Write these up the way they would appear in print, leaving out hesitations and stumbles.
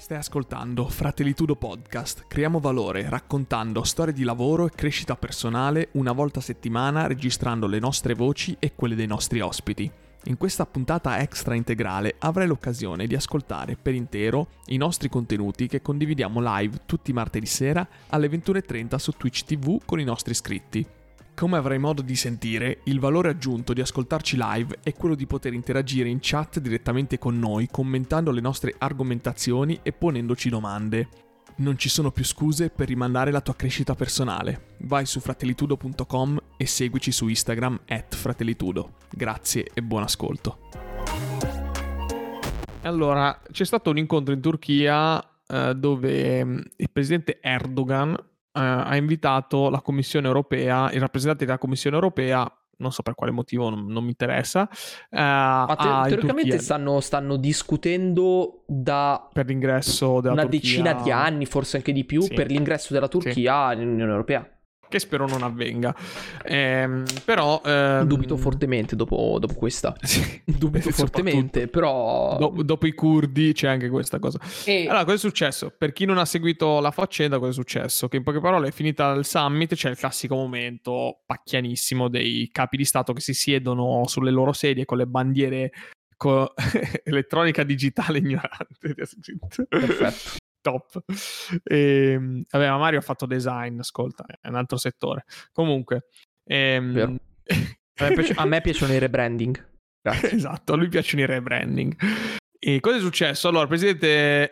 Stai ascoltando Fratellitudo Podcast. Creiamo valore raccontando storie di lavoro e crescita personale una volta a settimana, registrando le nostre voci e quelle dei nostri ospiti. In questa puntata extra integrale avrai l'occasione di ascoltare per intero i nostri contenuti che condividiamo live tutti i martedì sera alle 21:30 su Twitch TV con i nostri iscritti. Come avrai modo di sentire, il valore aggiunto di ascoltarci live è quello di poter interagire in chat direttamente con noi, commentando le nostre argomentazioni e ponendoci domande. Non ci sono più scuse per rimandare la tua crescita personale. Vai su fratellitudo.com e seguici su Instagram @fratellitudo. Grazie e buon ascolto. Allora, c'è stato un incontro in Turchia dove il presidente Erdogan ha invitato la Commissione Europea, i rappresentanti della Commissione Europea, non so per quale motivo, non mi interessa. Ma teoricamente stanno discutendo per l'ingresso della una Turchia, decina di anni, forse anche di più, sì, per l'ingresso della Turchia nell'Unione Europea. Che spero non avvenga. Però dubito fortemente dopo questa. Sì, dubito fortemente, però dopo i curdi c'è anche questa cosa. Allora, cosa è successo? Per chi non ha seguito la faccenda, cosa è successo? Che in poche parole è finita il summit, c'è il classico momento pacchianissimo dei capi di Stato che si siedono sulle loro sedie con le bandiere elettronica digitale ignorante. Perfetto. Top. Ma Mario ha fatto design, ascolta, è un altro settore. Comunque, vero. A me piacciono i rebranding. Grazie. Esatto, a lui piacciono i rebranding. E cosa è successo? Allora, il presidente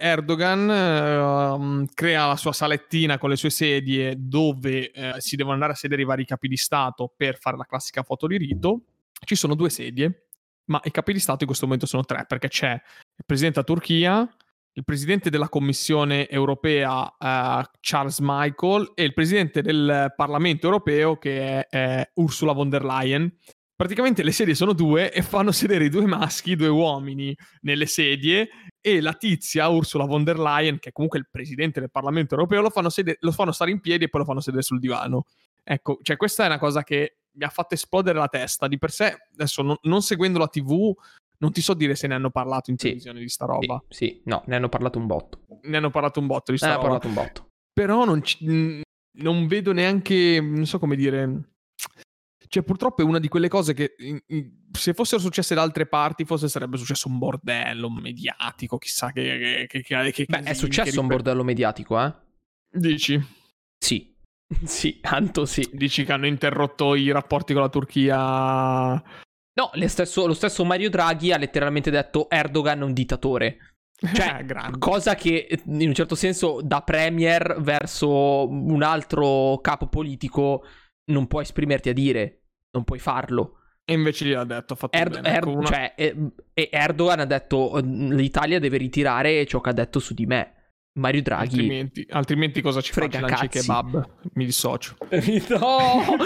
Erdogan crea la sua salettina con le sue sedie dove si devono andare a sedere i vari capi di Stato per fare la classica foto di rito. Ci sono 2 sedie, ma i capi di Stato in questo momento sono 3, perché c'è il presidente della Turchia, il presidente della Commissione Europea Charles Michel e il presidente del Parlamento Europeo che è Ursula von der Leyen. Praticamente le sedie sono 2 e fanno sedere i 2 maschi, 2 uomini nelle sedie, e la tizia Ursula von der Leyen, che è comunque il presidente del Parlamento Europeo, lo fanno stare in piedi e poi lo fanno sedere sul divano. Ecco, cioè questa è una cosa che mi ha fatto esplodere la testa. Di per sé, adesso non seguendo la TV, non ti so dire se ne hanno parlato in televisione di sta roba. Sì, no, ne hanno parlato un botto. Ne hanno parlato un botto di sta roba. Parlato un botto. Però non vedo neanche, non so come dire. Cioè, purtroppo è una di quelle cose che se fossero successe da altre parti, forse sarebbe successo un bordello mediatico, chissà che Beh, è successo un bordello mediatico, eh? Dici? Sì. Sì, tanto sì. Dici che hanno interrotto i rapporti con la Turchia? No, lo stesso Mario Draghi ha letteralmente detto Erdogan è un dittatore. Cioè, cosa che in un certo senso da premier verso un altro capo politico non puoi esprimerti a dire, non puoi farlo. E invece gliel'ha detto, ha fatto bene. Erdogan ha detto l'Italia deve ritirare ciò che ha detto su di me. Mario Draghi altrimenti cosa ci frega fa? Lanci kebab? Mi dissocio. No,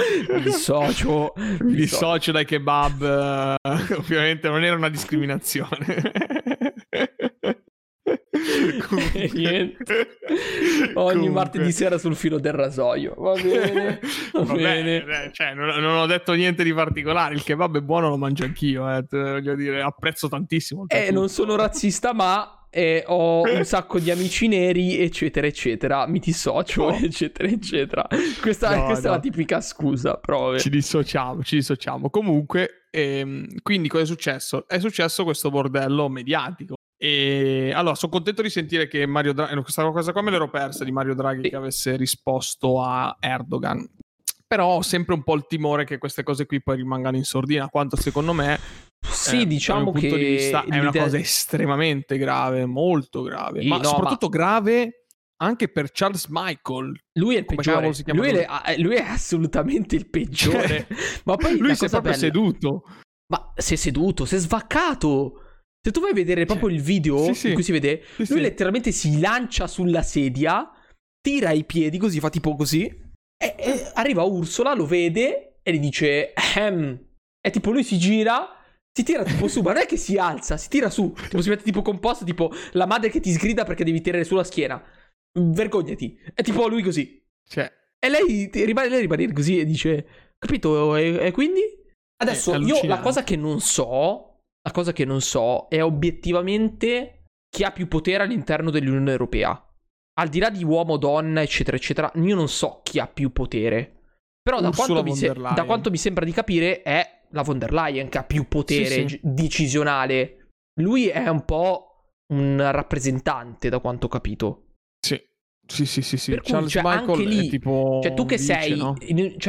mi dissocio dai kebab. Ovviamente non era una discriminazione. Ogni martedì sera sul filo del rasoio. Va bene. Cioè, non ho detto niente di particolare. Il kebab è buono, lo mangio anch'io. Voglio dire, apprezzo tantissimo. Non sono razzista, ma ho un sacco di amici neri, eccetera, eccetera. Mi dissocio, eccetera, eccetera. Questa è la tipica scusa. Prove. Ci dissociamo. Comunque, quindi cosa è successo? È successo questo bordello mediatico. E allora sono contento di sentire che Mario Draghi, questa cosa qua me l'ero persa di Mario Draghi che avesse risposto a Erdogan, però ho sempre un po' il timore che queste cose qui poi rimangano in sordina, quanto secondo me diciamo che punto di vista è una cosa estremamente grave, molto grave, soprattutto grave anche per Charles Michel. Lui è il peggiore, lui è assolutamente il peggiore. Ma poi lui si è proprio seduto, ma si è svaccato. Se tu vai a vedere proprio il video in cui si vede, lui letteralmente si lancia sulla sedia, tira i piedi così, fa tipo così, e arriva Ursula, lo vede e gli dice e tipo lui si gira, si tira tipo su, ma non è che si alza, si tira su, tipo si mette tipo composto, tipo la madre che ti sgrida perché devi tirare sulla schiena, vergognati, è tipo lui così, cioè, e lei rimane così e dice, capito, e quindi? Adesso io la cosa che non so è obiettivamente chi ha più potere all'interno dell'Unione Europea. Al di là di uomo, donna, eccetera, eccetera, io non so chi ha più potere. Però da quanto mi sembra di capire è la von der Leyen che ha più potere decisionale. Lui è un po' un rappresentante, da quanto ho capito. Sì. Per cui, Charles Michael anche lì, è tipo tu che vice, sei, no?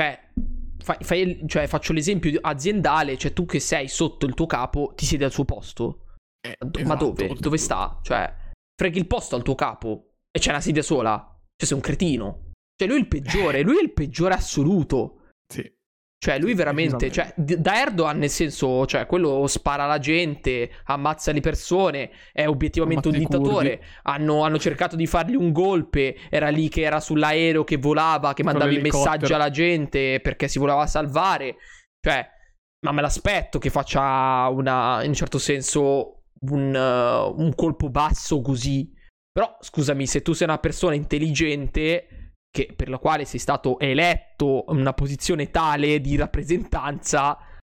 Faccio l'esempio aziendale, tu che sei sotto il tuo capo, ti siedi al suo posto. Ma dove? Dove sta? Freghi il posto al tuo capo e c'è una sedia sola. Sei un cretino. Lui è il peggiore, lui è il peggiore assoluto. Sì. Lui veramente, da Erdogan, nel senso, quello spara alla gente, ammazza le persone, è obiettivamente un dittatore. Hanno cercato di fargli un golpe, era lì che era sull'aereo che volava, che mandava i messaggi alla gente perché si voleva salvare. Ma me l'aspetto che faccia in un certo senso un colpo basso così. Però, scusami, se tu sei una persona intelligente per la quale sei stato eletto in una posizione tale di rappresentanza,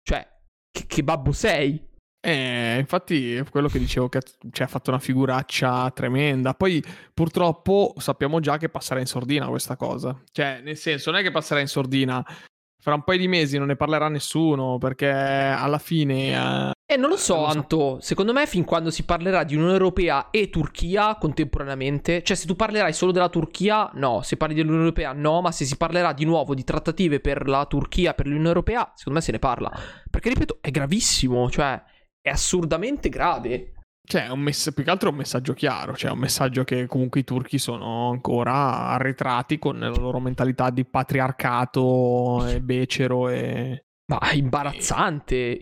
che babbo sei? Infatti è quello che dicevo, che ha fatto una figuraccia tremenda. Poi purtroppo sappiamo già che passerà in sordina questa cosa. Nel senso, non è che passerà in sordina, fra un paio di mesi non ne parlerà nessuno, perché alla fine... non lo so, Anto, secondo me fin quando si parlerà di Unione Europea e Turchia contemporaneamente, se tu parlerai solo della Turchia, no, se parli dell'Unione Europea, no, ma se si parlerà di nuovo di trattative per la Turchia, per l'Unione Europea, secondo me se ne parla. Perché, ripeto, è gravissimo, è assurdamente grave. Più che altro è un messaggio chiaro, un messaggio che comunque i turchi sono ancora arretrati con la loro mentalità di patriarcato e becero e... Ma imbarazzante.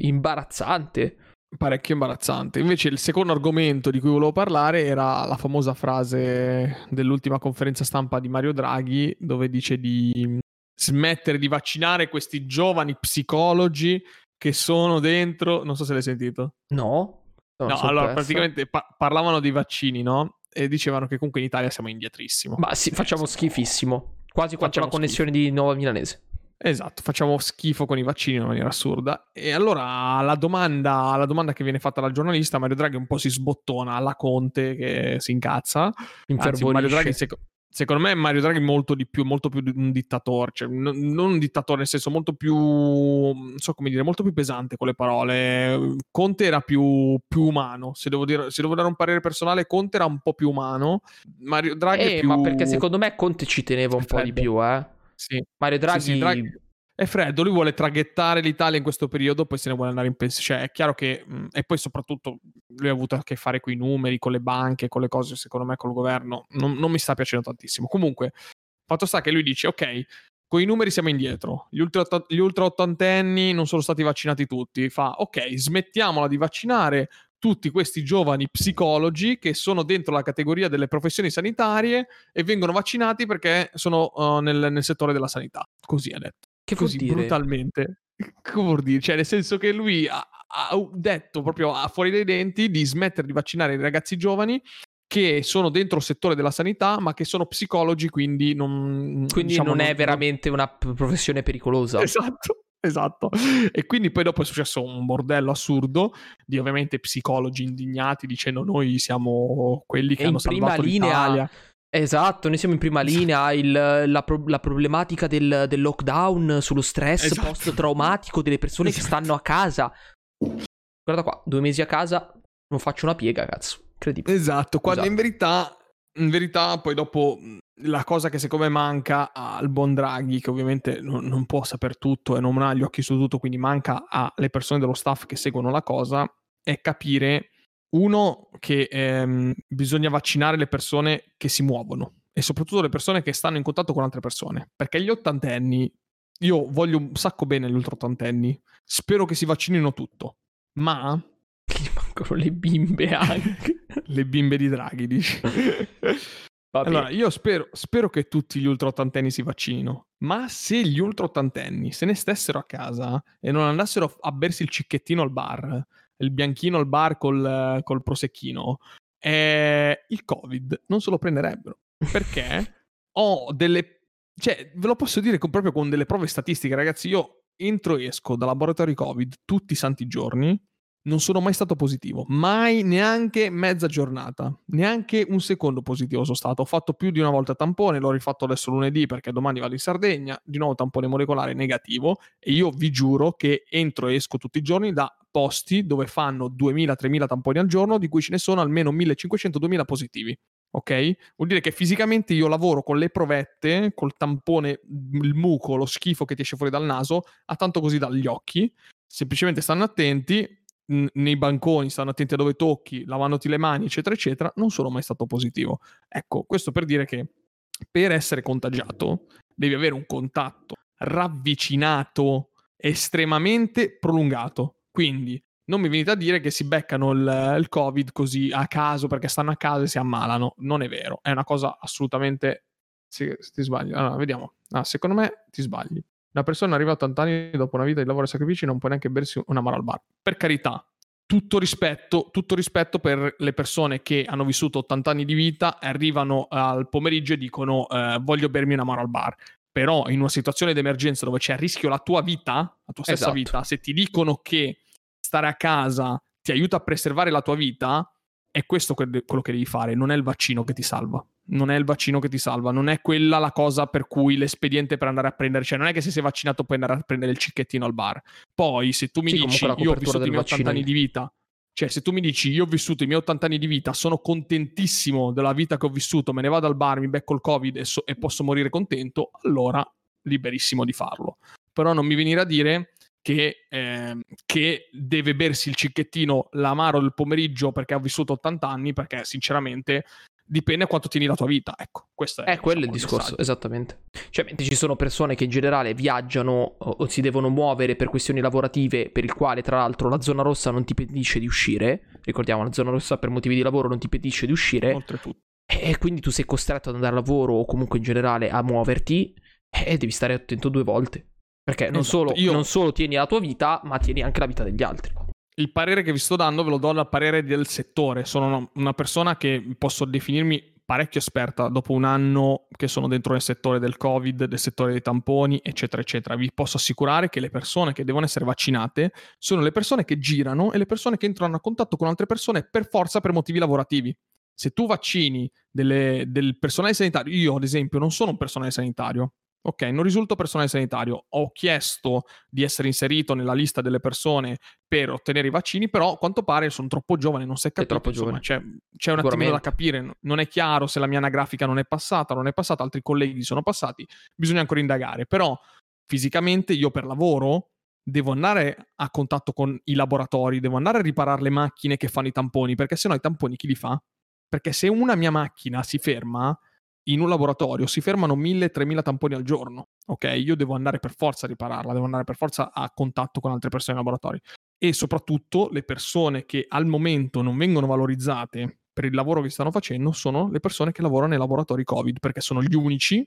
Parecchio imbarazzante. Invece il secondo argomento di cui volevo parlare era la famosa frase dell'ultima conferenza stampa di Mario Draghi, dove dice di smettere di vaccinare questi giovani psicologi che sono dentro... Non so se l'hai sentito. No, allora praticamente parlavano dei vaccini, no? E dicevano che comunque in Italia siamo indietrissimo. Ma sì, facciamo schifissimo. Quasi quanto la connessione di Nuova Milanese. Esatto, facciamo schifo con i vaccini in una maniera assurda. E allora la domanda che viene fatta dal giornalista, Mario Draghi un po' si sbottona alla Conte che si incazza. Anzi, Mario Draghi, secondo me Mario Draghi molto più un dittatore, non un dittatore nel senso molto più, non so come dire, molto più pesante con le parole. Conte era più umano, se devo dare un parere personale, Conte era un po' più umano. Mario Draghi è più... ma perché secondo me Conte ci teneva un po' di più, Sì. Mario Draghi... Draghi è freddo, lui vuole traghettare l'Italia in questo periodo, poi se ne vuole andare in pensione. È chiaro che... E poi soprattutto lui ha avuto a che fare con i numeri, con le banche, con le cose, secondo me, col governo. Non mi sta piacendo tantissimo. Comunque, fatto sta che lui dice, ok, con i numeri siamo indietro. Gli ultra ottantenni non sono stati vaccinati tutti. Fa, ok, smettiamola di vaccinare tutti questi giovani psicologi che sono dentro la categoria delle professioni sanitarie e vengono vaccinati perché sono nel settore della sanità. Così ha detto. Che vuol dire? Brutalmente. Che vuol dire? Nel senso che lui ha detto proprio fuori dai denti di smettere di vaccinare i ragazzi giovani che sono dentro il settore della sanità ma che sono psicologi, quindi non... Quindi non è veramente una professione pericolosa. Esatto. E quindi poi dopo è successo un bordello assurdo di ovviamente psicologi indignati dicendo noi siamo quelli che hanno salvato l'Italia. Esatto, noi siamo in prima linea. La problematica del lockdown sullo stress post-traumatico delle persone che stanno a casa. Guarda qua, 2 mesi a casa, non faccio una piega, cazzo. Incredibile. Esatto, quando in verità poi dopo la cosa che secondo me manca al buon Draghi, che ovviamente non può saper tutto e non ha gli occhi su tutto, quindi manca alle persone dello staff che seguono la cosa, è capire... Uno, che bisogna vaccinare le persone che si muovono e soprattutto le persone che stanno in contatto con altre persone, perché gli ottantenni, io voglio un sacco bene agli ultra ottantenni, spero che si vaccinino tutto, ma gli mancano le bimbe anche. Le bimbe di Draghi, dici? Allora, io spero che tutti gli ultra ottantenni si vaccinino, ma se gli ultra ottantenni se ne stessero a casa e non andassero a bersi il cicchettino al bar, il bianchino al bar col prosecchino, il Covid non se lo prenderebbero, perché ho delle... ve lo posso dire proprio con delle prove statistiche, ragazzi. Io entro e esco da laboratori Covid tutti i santi giorni, non sono mai stato positivo, mai, neanche mezza giornata, neanche un secondo positivo sono stato. Ho fatto più di una volta tampone, l'ho rifatto adesso lunedì perché domani vado in Sardegna, di nuovo tampone molecolare negativo, e io vi giuro che entro e esco tutti i giorni da posti dove fanno 2000-3000 tamponi al giorno, di cui ce ne sono almeno 1500-2000 positivi. Ok? Vuol dire che fisicamente io lavoro con le provette, col tampone, il muco, lo schifo che ti esce fuori dal naso, a tanto così dagli occhi. Semplicemente stanno attenti, nei banconi stanno attenti a dove tocchi, lavandoti le mani, eccetera, eccetera. Non sono mai stato positivo. Ecco, questo per dire che per essere contagiato devi avere un contatto ravvicinato, estremamente prolungato. Quindi non mi venite a dire che si beccano il Covid così a caso perché stanno a casa e si ammalano. Non è vero, è una cosa assolutamente... Se ti sbagli. Allora, vediamo. Secondo me ti sbagli. Una persona arriva a 80 anni dopo una vita di lavoro e sacrifici non può neanche bersi un amaro al bar. Per carità, tutto rispetto per le persone che hanno vissuto 80 anni di vita e arrivano al pomeriggio e dicono voglio bermi un amaro al bar. Però in una situazione di emergenza dove c'è a rischio la tua vita, la tua stessa vita, se ti dicono che stare a casa ti aiuta a preservare la tua vita, è questo quello che devi fare, non è il vaccino che ti salva. Non è il vaccino che ti salva, non è quella la cosa per cui l'espediente per andare a prendere, cioè non è che se sei vaccinato puoi andare a prendere il cicchettino al bar. Poi se tu mi dici io ho vissuto i miei 80 anni di vita, cioè se tu mi dici io ho vissuto i miei 80 anni di vita, sono contentissimo della vita che ho vissuto, me ne vado al bar, mi becco il Covid e posso morire contento, allora liberissimo di farlo. Però non mi venire a dire che deve bersi il cicchettino, l'amaro del pomeriggio perché ha vissuto 80 anni, perché sinceramente dipende quanto tieni la tua vita. Ecco, questo è quello il discorso, esattamente. Cioè, mentre ci sono persone che in generale viaggiano o si devono muovere per questioni lavorative, per il quale tra l'altro la zona rossa non ti impedisce di uscire, ricordiamo, la zona rossa per motivi di lavoro non ti impedisce di uscire, oltretutto, e quindi tu sei costretto ad andare al lavoro o comunque in generale a muoverti, e devi stare attento 2 volte. Perché non solo tieni la tua vita, ma tieni anche la vita degli altri. Il parere che vi sto dando ve lo do dal parere del settore. Sono una persona che posso definirmi parecchio esperta dopo un anno che sono dentro nel settore del Covid, del settore dei tamponi, eccetera, eccetera. Vi posso assicurare che le persone che devono essere vaccinate sono le persone che girano e le persone che entrano a contatto con altre persone per forza per motivi lavorativi. Se tu vaccini del personale sanitario, io ad esempio non sono un personale sanitario, ok, non risulto personale sanitario, ho chiesto di essere inserito nella lista delle persone per ottenere i vaccini, però a quanto pare sono troppo giovane, non si è capito, insomma, c'è un attimino da capire, non è chiaro se la mia anagrafica non è passata, altri colleghi sono passati, bisogna ancora indagare, però fisicamente io per lavoro devo andare a contatto con i laboratori, devo andare a riparare le macchine che fanno i tamponi, perché sennò i tamponi chi li fa? Perché se una mia macchina si ferma, in un laboratorio si fermano 1000-3000 tamponi al giorno, ok? Io devo andare per forza a ripararla, devo andare per forza a contatto con altre persone in laboratorio. E soprattutto le persone che al momento non vengono valorizzate per il lavoro che stanno facendo sono le persone che lavorano nei laboratori Covid, perché sono gli unici,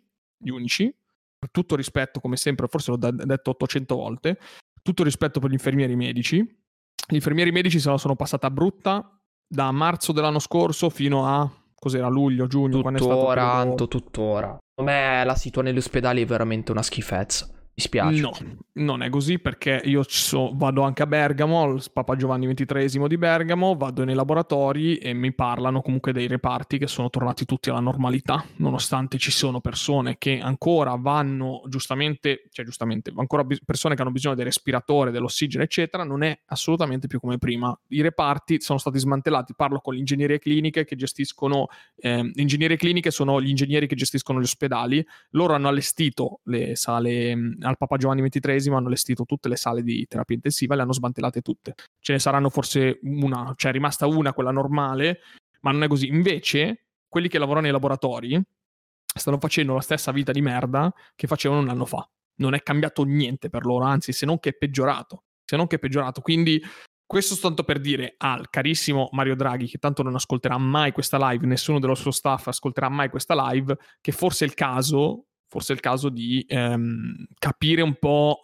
per tutto rispetto, come sempre, forse l'ho detto 800 volte, tutto rispetto per gli infermieri medici. Gli infermieri medici se la sono passata brutta da marzo dell'anno scorso fino a... cos'era, luglio, giugno, quando è stato tuttora. Secondo me la situazione negli ospedali è veramente una schifezza. Mi spiace. No, non è così, perché io vado anche a Bergamo, al Papa Giovanni XXIII di Bergamo, vado nei laboratori e mi parlano comunque dei reparti che sono tornati tutti alla normalità, nonostante ci sono persone che ancora vanno giustamente, ancora persone che hanno bisogno del respiratore, dell'ossigeno, eccetera, non è assolutamente più come prima. I reparti sono stati smantellati, parlo con le ingegnerie cliniche che gestiscono, ingegnerie cliniche sono gli ingegneri che gestiscono gli ospedali, loro hanno allestito le sale... al Papa Giovanni XXIII hanno allestito tutte le sale di terapia intensiva e le hanno smantellate tutte. Ce ne saranno forse una, cioè è rimasta una, quella normale, ma non è così. Invece, quelli che lavorano nei laboratori stanno facendo la stessa vita di merda che facevano un anno fa. Non è cambiato niente per loro, anzi, se non che è peggiorato. Quindi, questo tanto per dire al carissimo Mario Draghi, che tanto non ascolterà mai questa live, nessuno dello suo staff ascolterà mai questa live, che forse è il caso di capire un po'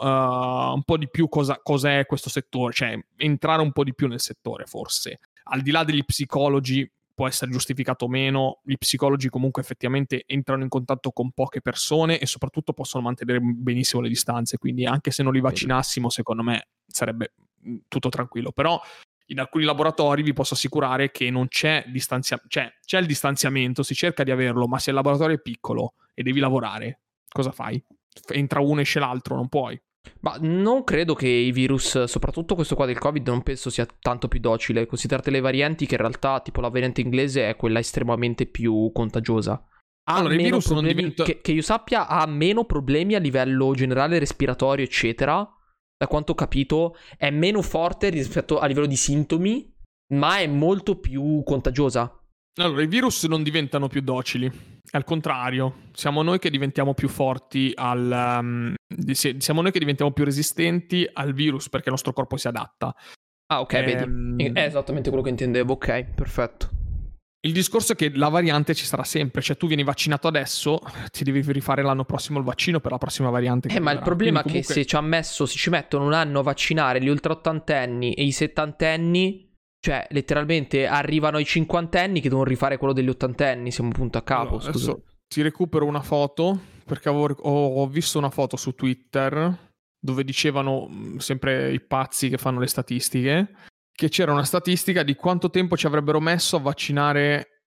di più cos'è questo settore, cioè entrare un po' di più nel settore, forse. Al di là degli psicologi, può essere giustificato o meno, gli psicologi comunque effettivamente entrano in contatto con poche persone e soprattutto possono mantenere benissimo le distanze, quindi anche se non li vaccinassimo, secondo me sarebbe tutto tranquillo. Però in alcuni laboratori vi posso assicurare che non c'è distanziamento, cioè c'è il distanziamento, si cerca di averlo, ma se il laboratorio è piccolo e devi lavorare, cosa fai? Entra uno, esce l'altro, non puoi. Ma non credo che i virus, soprattutto questo qua del Covid, non penso sia tanto più docile. Considerate le varianti, che in realtà tipo la variante inglese è quella estremamente più contagiosa. Allora, il virus non diventa... che io sappia, ha meno problemi a livello generale respiratorio, eccetera. Da quanto ho capito, è meno forte rispetto a livello di sintomi, ma è molto più contagiosa. Allora, i virus non diventano più docili, al contrario, siamo noi che diventiamo più forti siamo noi che diventiamo più resistenti al virus perché il nostro corpo si adatta. Ah, ok, vedi. È esattamente quello che intendevo, ok, perfetto. Il discorso è che la variante ci sarà sempre, cioè tu vieni vaccinato adesso, ti devi rifare l'anno prossimo il vaccino per la prossima variante. Ma il problema è che se ci mettono un anno a vaccinare gli ultra ottantenni e i settantenni... Cioè, letteralmente arrivano ai cinquantenni che devono rifare quello degli ottantenni. Siamo punto a capo. Allora, adesso ti recupero una foto, perché ho visto una foto su Twitter dove dicevano, sempre i pazzi che fanno le statistiche, che c'era una statistica di quanto tempo ci avrebbero messo a vaccinare.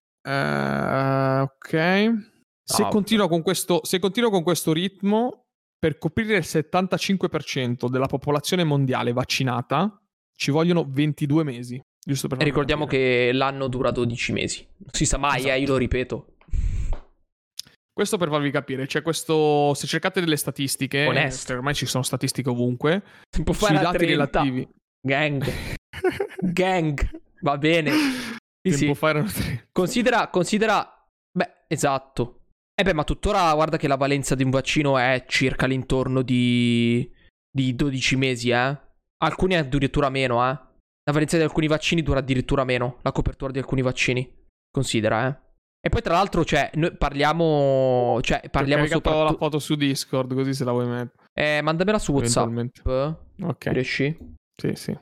Ok. Se continuo con questo ritmo, per coprire il 75% della popolazione mondiale vaccinata, ci vogliono 22 mesi. Giusto per ricordiamo capire. Che l'anno dura 12 mesi. Non si sa mai, esatto. Io lo ripeto. Questo per farvi capire, c'è questo, se cercate delle statistiche, ormai ci sono statistiche ovunque, si può fare sui dati relativi. Gang. Va bene. Sì. Considera, beh, esatto. Ma tuttora guarda che la valenza di un vaccino è circa all'intorno di 12 mesi, Alcuni addirittura meno, La valenza di alcuni vaccini dura addirittura meno. La copertura di alcuni vaccini. Considera, E poi tra l'altro, cioè, noi parliamo soprattutto... la foto su Discord, così se la vuoi mettere. Mandamela su WhatsApp. Ok. Riesci? Sì.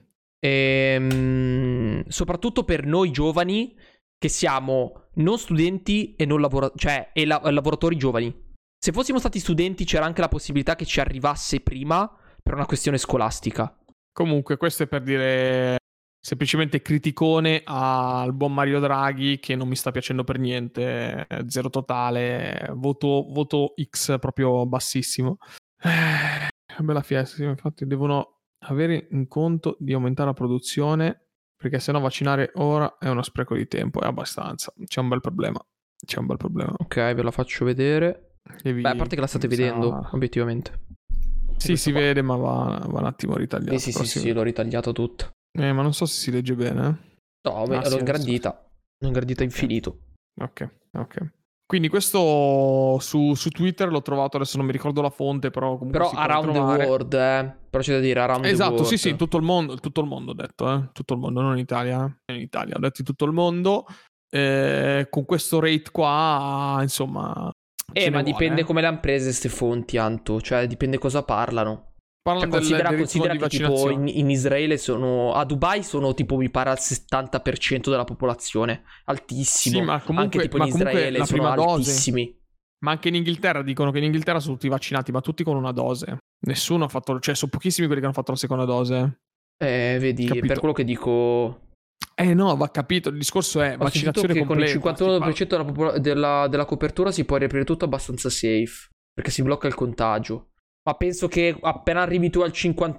Soprattutto per noi giovani, che siamo non studenti e non lavoratori giovani. Se fossimo stati studenti c'era anche la possibilità che ci arrivasse prima per una questione scolastica. Comunque, questo è per dire... semplicemente criticone al buon Mario Draghi, che non mi sta piacendo per niente, zero totale, voto X proprio bassissimo. Bella fiesta, infatti devono avere in conto di aumentare la produzione, perché sennò vaccinare ora è uno spreco di tempo, è abbastanza, c'è un bel problema. Ok, ve la faccio vedere. Beh, a parte che la state vedendo, obiettivamente. Sì, si vede, ma va un attimo ritagliato. Sì, l'ho ritagliato tutto. Ma non so se si legge bene. No, l'ho ingrandita. L'ho ingrandita infinito. Ok. Quindi questo su Twitter l'ho trovato, adesso non mi ricordo la fonte, però comunque però around the world, però c'è da dire around the world. Esatto, sì, tutto il mondo ho detto, tutto il mondo, non in Italia. In Italia, ho detto in tutto il mondo. Con questo rate qua, insomma... ma dipende come le hanno prese queste fonti, Anto. Cioè, dipende cosa parlano. Considera che tipo in Israele a Dubai sono tipo mi pare al 70% della popolazione, altissimo. Sì, ma comunque, anche tipo in Israele sono altissimi. Ma anche in Inghilterra dicono che in Inghilterra sono tutti vaccinati, ma tutti con una dose. Nessuno ha fatto, cioè sono pochissimi quelli che hanno fatto la seconda dose. Vedi, capito? Per quello che dico. No, va capito. Il discorso è vaccinazione completa. Con il 51% della copertura si può riaprire tutto abbastanza safe, perché si blocca il contagio. Ma penso che appena arrivi tu al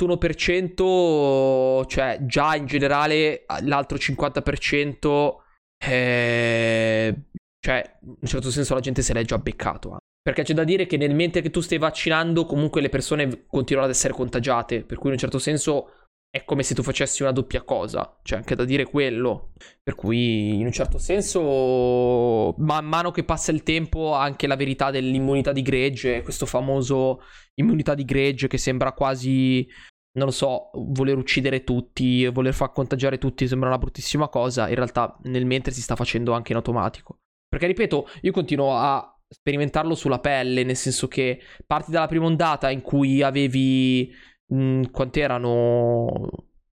51%, cioè già in generale l'altro 50%, cioè in un certo senso la gente se l'è già beccato. Perché c'è da dire che mentre che tu stai vaccinando, comunque le persone continuano ad essere contagiate, per cui in un certo senso è come se tu facessi una doppia cosa, c'è anche da dire quello. Per cui in un certo senso, man mano che passa il tempo, anche la verità dell'immunità di gregge, questo famoso immunità di gregge che sembra quasi, non lo so, voler uccidere tutti, voler far contagiare tutti, sembra una bruttissima cosa, in realtà nel mentre si sta facendo anche in automatico. Perché ripeto, io continuo a sperimentarlo sulla pelle, nel senso che parti dalla prima ondata in cui avevi... quant'erano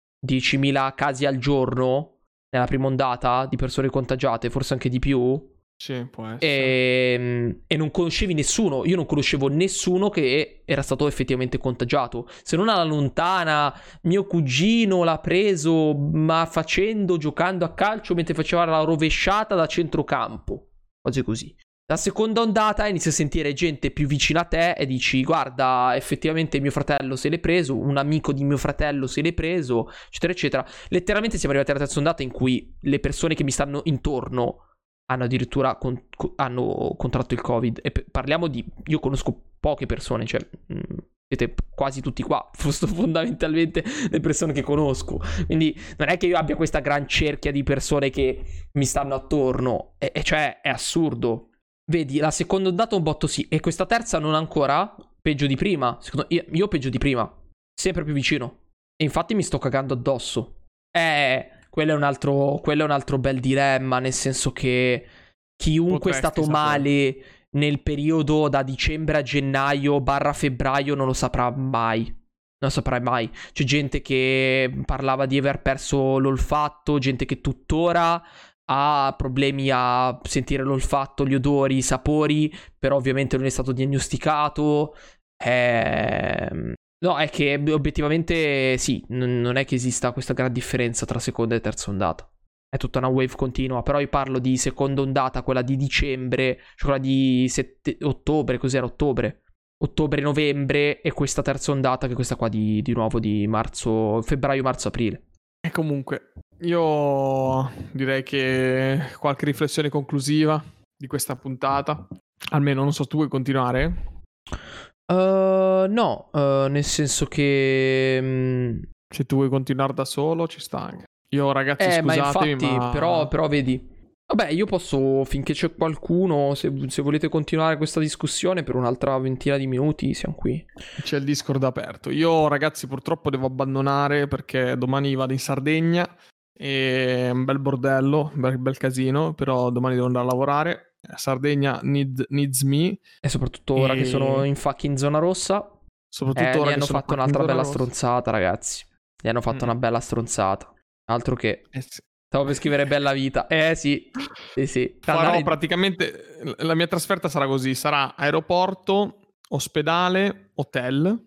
10.000 casi al giorno nella prima ondata di persone contagiate, forse anche di più. Sì, può essere. E non conoscevi nessuno. Io non conoscevo nessuno che era stato effettivamente contagiato. Se non alla lontana, mio cugino l'ha preso, ma giocando a calcio mentre faceva la rovesciata da centrocampo. Cose così. La seconda ondata inizi a sentire gente più vicina a te e dici: guarda, effettivamente mio fratello se l'è preso, un amico di mio fratello se l'è preso, eccetera eccetera. Letteralmente siamo arrivati alla terza ondata in cui le persone che mi stanno intorno hanno addirittura hanno contratto il Covid. E parliamo di... io conosco poche persone, cioè siete quasi tutti qua, fondamentalmente le persone che conosco. Quindi non è che io abbia questa gran cerchia di persone che mi stanno attorno, e cioè è assurdo. Vedi, la seconda ondata un botto sì, e questa terza non ancora, peggio di prima. Io peggio di prima, sempre più vicino. E infatti mi sto cagando addosso. Quello è un altro bel dilemma, nel senso che chiunque è stato male nel periodo da dicembre a gennaio / febbraio non lo saprà mai. Non saprai mai. C'è gente che parlava di aver perso l'olfatto, gente che tuttora ha problemi a sentire l'olfatto, gli odori, i sapori, però ovviamente non è stato diagnosticato. No, è che obiettivamente sì, non è che esista questa gran differenza tra seconda e terza ondata. È tutta una wave continua, però io parlo di seconda ondata, quella di dicembre, cioè quella di ottobre, cos'era ottobre? Ottobre-novembre, e questa terza ondata che è questa qua di nuovo di marzo, febbraio, marzo, aprile. E comunque, io direi che qualche riflessione conclusiva di questa puntata, almeno non so, tu vuoi continuare? No, nel senso che se tu vuoi continuare da solo ci sta anche. Io ragazzi scusatemi, ma infatti, però vedi, vabbè, io posso, finché c'è qualcuno, se volete continuare questa discussione per un'altra ventina di minuti, siamo qui. C'è il Discord aperto. Io ragazzi purtroppo devo abbandonare perché domani vado in Sardegna e un bel bordello, un bel casino, però domani devo andare a lavorare. Sardegna needs me. E soprattutto ora che sono in fucking zona rossa. Soprattutto ora gli hanno fatto un'altra bella stronzata, ragazzi. Gli hanno fatto una bella stronzata. Altro che sì. Stavo per scrivere bella vita. Sì. Farò praticamente... La mia trasferta sarà così. Sarà aeroporto, ospedale, hotel,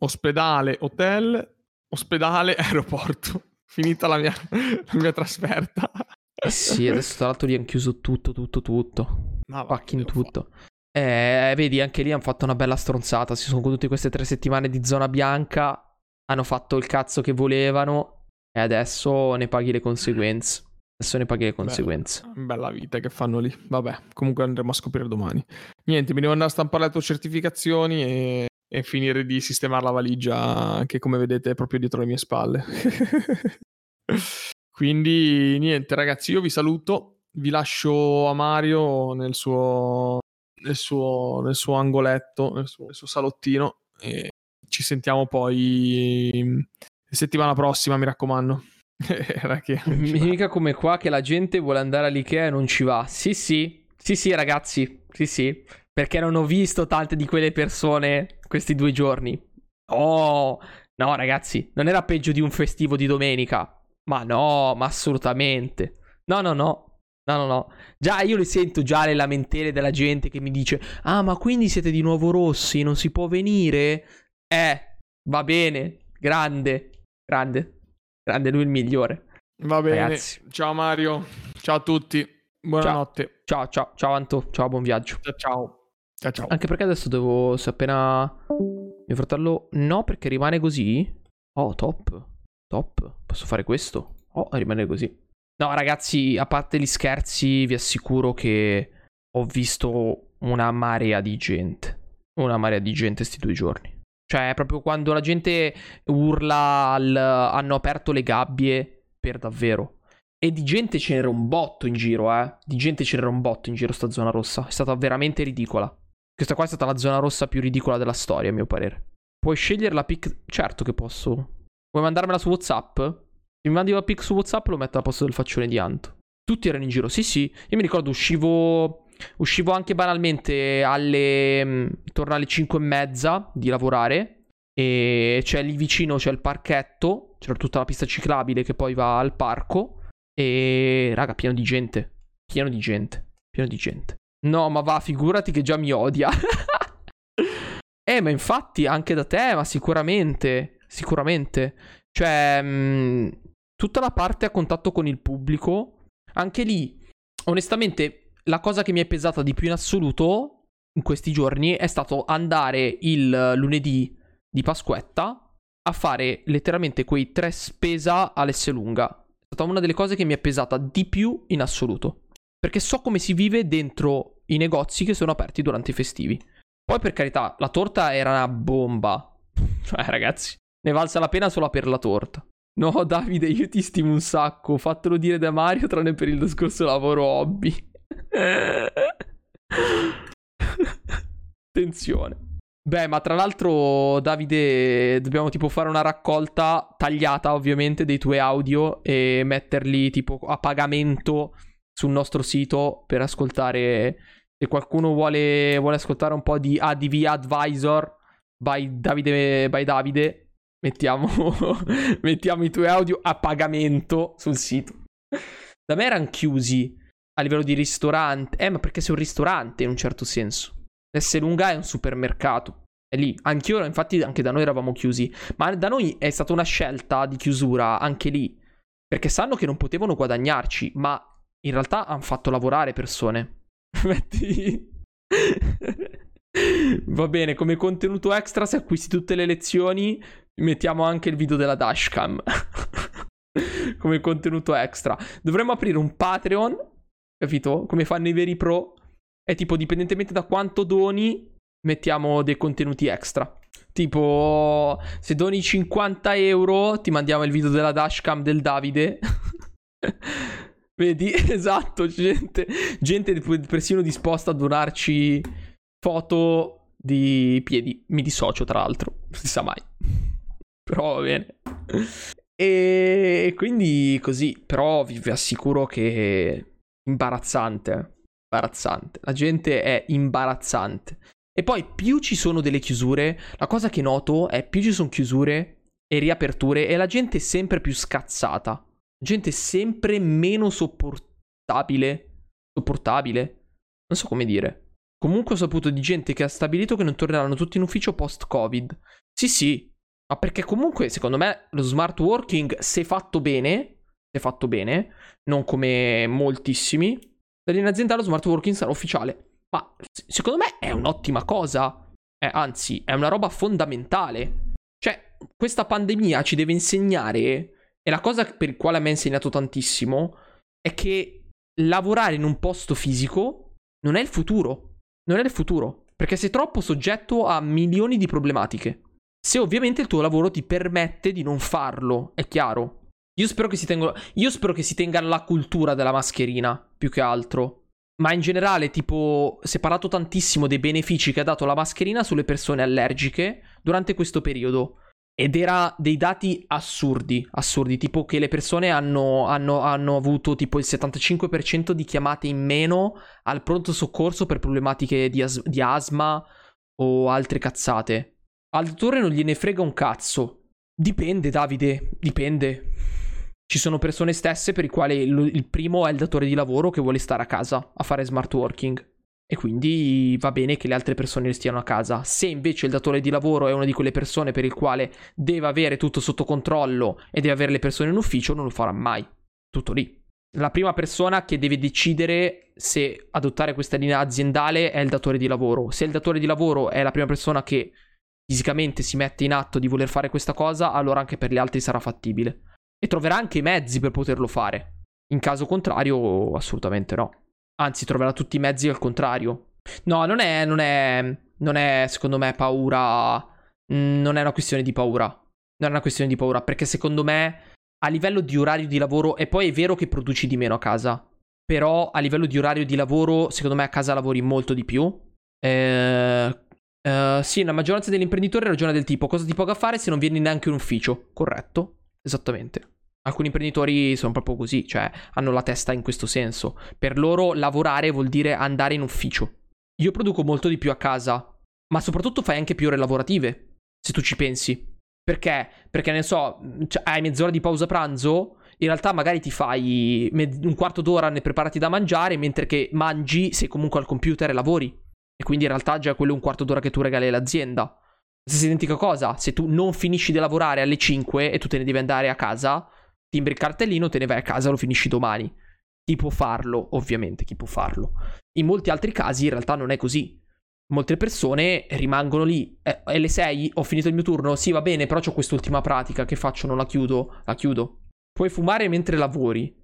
aeroporto. Finita la mia trasferta. Sì, adesso tra l'altro lì hanno chiuso tutto. Fucking tutto. Vedi, anche lì hanno fatto una bella stronzata. Si sono godute queste 3 settimane di zona bianca. Hanno fatto il cazzo che volevano. E adesso ne paghi le conseguenze. Bella vita che fanno lì. Vabbè, comunque andremo a scoprire domani. Niente, mi devo andare a stampare le tue certificazioni e finire di sistemare la valigia, che come vedete è proprio dietro le mie spalle. Quindi niente ragazzi, io vi saluto, vi lascio a Mario nel suo angoletto, nel suo salottino, e ci sentiamo poi settimana prossima, mi raccomando. Mica come qua che la gente vuole andare all'Ikea e non ci va. Sì ragazzi, sì, perché non ho visto tante di quelle persone questi 2 giorni. No ragazzi, non era peggio di un festivo di domenica. Ma no, ma assolutamente. No. Già io le sento già le lamentele della gente che mi dice: ah, ma quindi siete di nuovo rossi, non si può venire? Va bene, grande, lui il migliore. Va bene, ragazzi. Ciao Mario, ciao a tutti, buonanotte. Ciao Anto, ciao, buon viaggio. Ciao. Anche perché adesso devo, se appena mio fratello, no, perché rimane così. Oh, top, posso fare questo? Oh, rimane così. No ragazzi, a parte gli scherzi, vi assicuro che ho visto una marea di gente sti 2 giorni. Cioè, proprio quando la gente urla hanno aperto le gabbie, per davvero. E di gente ce n'era un botto in giro, sta zona rossa. È stata veramente ridicola. Questa qua è stata la zona rossa più ridicola della storia, a mio parere. Puoi scegliere la pic... Certo che posso. Vuoi mandarmela su WhatsApp? Se mi mandi la pic su WhatsApp lo metto al posto del faccione di Anto. Tutti erano in giro, sì. Io mi ricordo uscivo anche banalmente intorno alle 5:30 di lavorare, e c'è lì vicino, c'è il parchetto, c'era tutta la pista ciclabile che poi va al parco, e raga, pieno di gente. Pieno di gente. No, ma va, figurati che già mi odia. Ma infatti anche da te, ma sicuramente. Cioè, tutta la parte a contatto con il pubblico, anche lì, onestamente, la cosa che mi è pesata di più in assoluto in questi giorni è stato andare il lunedì di Pasquetta a fare letteralmente quei 3 spesa all'Esselunga. È stata una delle cose che mi è pesata di più in assoluto, perché so come si vive dentro i negozi che sono aperti durante i festivi. Poi, per carità, la torta era una bomba. Cioè, ragazzi, ne valsa la pena solo per la torta. No, Davide, io ti stimo un sacco. Fatelo dire da Mario, tranne per il discorso lavoro hobby. Attenzione. Beh, ma tra l'altro, Davide, dobbiamo tipo fare una raccolta tagliata, ovviamente, dei tuoi audio e metterli tipo a pagamento sul nostro sito per ascoltare. Se qualcuno vuole ascoltare un po' di ADV Advisor by Davide, mettiamo i tuoi audio a pagamento sul sito. Da me erano chiusi a livello di ristorante. Ma perché sei un ristorante in un certo senso. L'Esselunga è un supermercato. È lì. Anch'io, infatti, anche da noi eravamo chiusi. Ma da noi è stata una scelta di chiusura anche lì. Perché sanno che non potevano guadagnarci. Ma in realtà hanno fatto lavorare persone. Metti. Va bene, come contenuto extra, se acquisti tutte le lezioni, mettiamo anche il video della dashcam. Come contenuto extra. Dovremmo aprire un Patreon, capito? Come fanno i veri pro. È tipo, dipendentemente da quanto doni, mettiamo dei contenuti extra. Tipo, se doni 50 euro, ti mandiamo il video della dashcam del Davide. Vedi? Esatto, gente persino disposta a donarci foto di piedi. Mi dissocio, tra l'altro, non si sa mai. Però va bene. E quindi così. Però vi assicuro che imbarazzante. La gente è imbarazzante. E poi più ci sono delle chiusure, la cosa che noto è più ci sono chiusure e riaperture e la gente è sempre più scazzata. Gente sempre meno sopportabile. Non so come dire. Comunque ho saputo di gente che ha stabilito che non torneranno tutti in ufficio post-Covid. Sì, ma perché comunque secondo me lo smart working, se fatto bene, non come moltissimi, da in azienda lo smart working sarà ufficiale. Ma secondo me è un'ottima cosa. Anzi, è una roba fondamentale. Cioè, questa pandemia ci deve insegnare. E la cosa per la quale mi ha insegnato tantissimo è che lavorare in un posto fisico non è il futuro. Perché sei troppo soggetto a milioni di problematiche. Se ovviamente il tuo lavoro ti permette di non farlo, è chiaro. Io spero che si tenga la cultura della mascherina, più che altro. Ma in generale, tipo, si è parlato tantissimo dei benefici che ha dato la mascherina sulle persone allergiche durante questo periodo. Ed era dei dati assurdi, tipo che le persone hanno avuto tipo il 75% di chiamate in meno al pronto soccorso per problematiche di asma o altre cazzate. Al dottore non gliene frega un cazzo. Dipende, Davide, dipende. Ci sono persone stesse per i quali il primo è il datore di lavoro che vuole stare a casa a fare smart working. E quindi va bene che le altre persone stiano a casa. Se invece il datore di lavoro è una di quelle persone per il quale deve avere tutto sotto controllo e deve avere le persone in ufficio, non lo farà mai. Tutto lì. La prima persona che deve decidere se adottare questa linea aziendale è il datore di lavoro. Se il datore di lavoro è la prima persona che fisicamente si mette in atto di voler fare questa cosa, allora anche per gli altri sarà fattibile. E troverà anche i mezzi per poterlo fare. In caso contrario, assolutamente no. Anzi, troverà tutti i mezzi al contrario. No, non è secondo me paura. Non è una questione di paura. Non è una questione di paura, perché secondo me a livello di orario di lavoro, e poi è vero che produci di meno a casa, però a livello di orario di lavoro, secondo me a casa lavori molto di più. Sì, la maggioranza degli imprenditori ragiona del tipo: cosa ti paga a fare se non vieni neanche in ufficio? Corretto, esattamente. Alcuni imprenditori sono proprio così, cioè hanno la testa in questo senso. Per loro lavorare vuol dire andare in ufficio. Io produco molto di più a casa, ma soprattutto fai anche più ore lavorative, se tu ci pensi. Perché? Perché ne so, hai mezz'ora di pausa pranzo, in realtà magari ti fai un quarto d'ora preparati da mangiare, mentre che mangi sei comunque al computer e lavori. E quindi in realtà già quello è un quarto d'ora che tu regali all'azienda. Stessa identica cosa, se tu non finisci di lavorare alle 5 e tu te ne devi andare a casa, timbri il cartellino, te ne vai a casa, lo finisci domani. Chi può farlo? Ovviamente chi può farlo. In molti altri casi in realtà non è così. Molte persone rimangono lì, alle 6 ho finito il mio turno, sì va bene, però c'ho quest'ultima pratica, che faccio? Non la chiudo? La chiudo. Puoi fumare mentre lavori?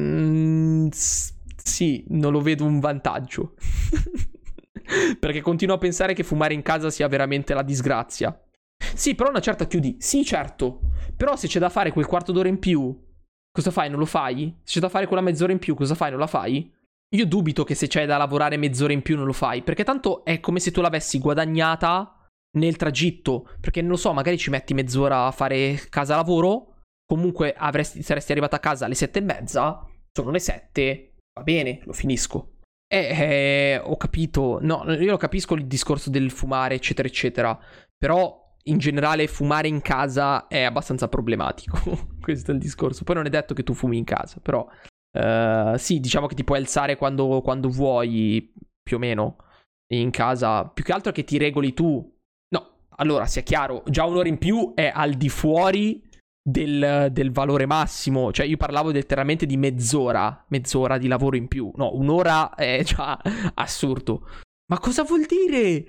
Sì, non lo vedo un vantaggio. Perché continuo a pensare che fumare in casa sia veramente la disgrazia. Sì, però una certa chiudi. Sì, certo. Però se c'è da fare quel quarto d'ora in più, cosa fai? Non lo fai? Se c'è da fare quella mezz'ora in più, cosa fai? Non la fai? Io dubito che se c'è da lavorare mezz'ora in più non lo fai, perché tanto è come se tu l'avessi guadagnata nel tragitto. Perché non lo so, magari ci metti mezz'ora a fare casa-lavoro, comunque saresti arrivata a casa alle 7:30, sono le 7, va bene, lo finisco. Ho capito, no, io lo capisco il discorso del fumare, eccetera, eccetera, però in generale fumare in casa è abbastanza problematico. Questo è il discorso. Poi non è detto che tu fumi in casa, però sì, diciamo che ti puoi alzare quando vuoi, più o meno, in casa. Più che altro che ti regoli tu. No, allora, sia chiaro, già un'ora in più è al di fuori del valore massimo. Cioè io parlavo letteralmente di mezz'ora di lavoro in più. No, un'ora è già assurdo. Ma cosa vuol dire?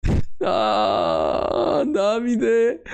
Ah, Davide,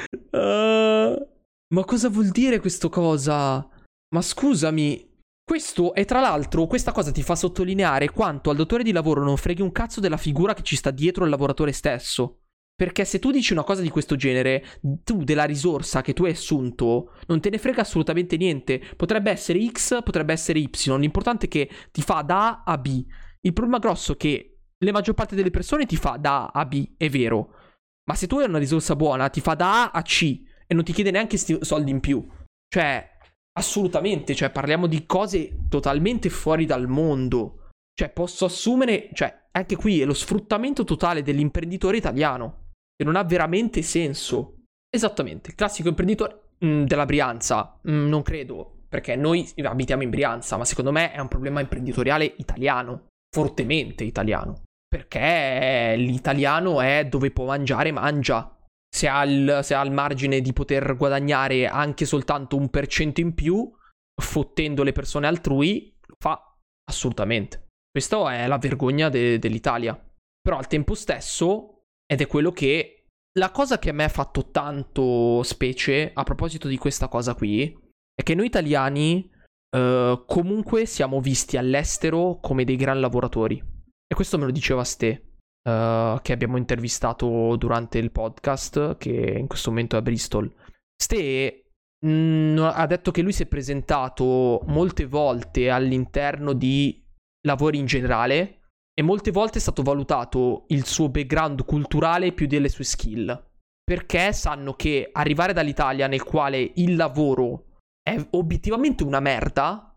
ma cosa vuol dire questo cosa? Ma scusami, questo è tra l'altro, questa cosa ti fa sottolineare quanto al datore di lavoro non freghi un cazzo della figura che ci sta dietro il lavoratore stesso. Perché se tu dici una cosa di questo genere, tu della risorsa che tu hai assunto non te ne frega assolutamente niente. Potrebbe essere X, potrebbe essere Y, l'importante è che ti fa da A a B. Il problema grosso è che la maggior parte delle persone ti fa da A a B, è vero. Ma se tu hai una risorsa buona, ti fa da A a C e non ti chiede neanche soldi in più. Cioè, assolutamente, cioè parliamo di cose totalmente fuori dal mondo. Cioè, posso assumere, cioè, anche qui è lo sfruttamento totale dell'imprenditore italiano, che non ha veramente senso. Esattamente, il classico imprenditore della Brianza, non credo, perché noi abitiamo in Brianza, ma secondo me è un problema imprenditoriale italiano, fortemente italiano. Perché l'italiano è dove può mangiare, mangia. Se ha il margine di poter guadagnare anche soltanto 1% in più, fottendo le persone altrui, lo fa assolutamente. Questa è la vergogna dell'Italia. Però al tempo stesso, ed è quello che... La cosa che a me ha fatto tanto specie, a proposito di questa cosa qui, è che noi italiani comunque siamo visti all'estero come dei gran lavoratori. E questo me lo diceva Ste, che abbiamo intervistato durante il podcast, che in questo momento è a Bristol. Ste ha detto che lui si è presentato molte volte all'interno di lavori in generale e molte volte è stato valutato il suo background culturale più delle sue skill, perché sanno che arrivare dall'Italia, nel quale il lavoro è obiettivamente una merda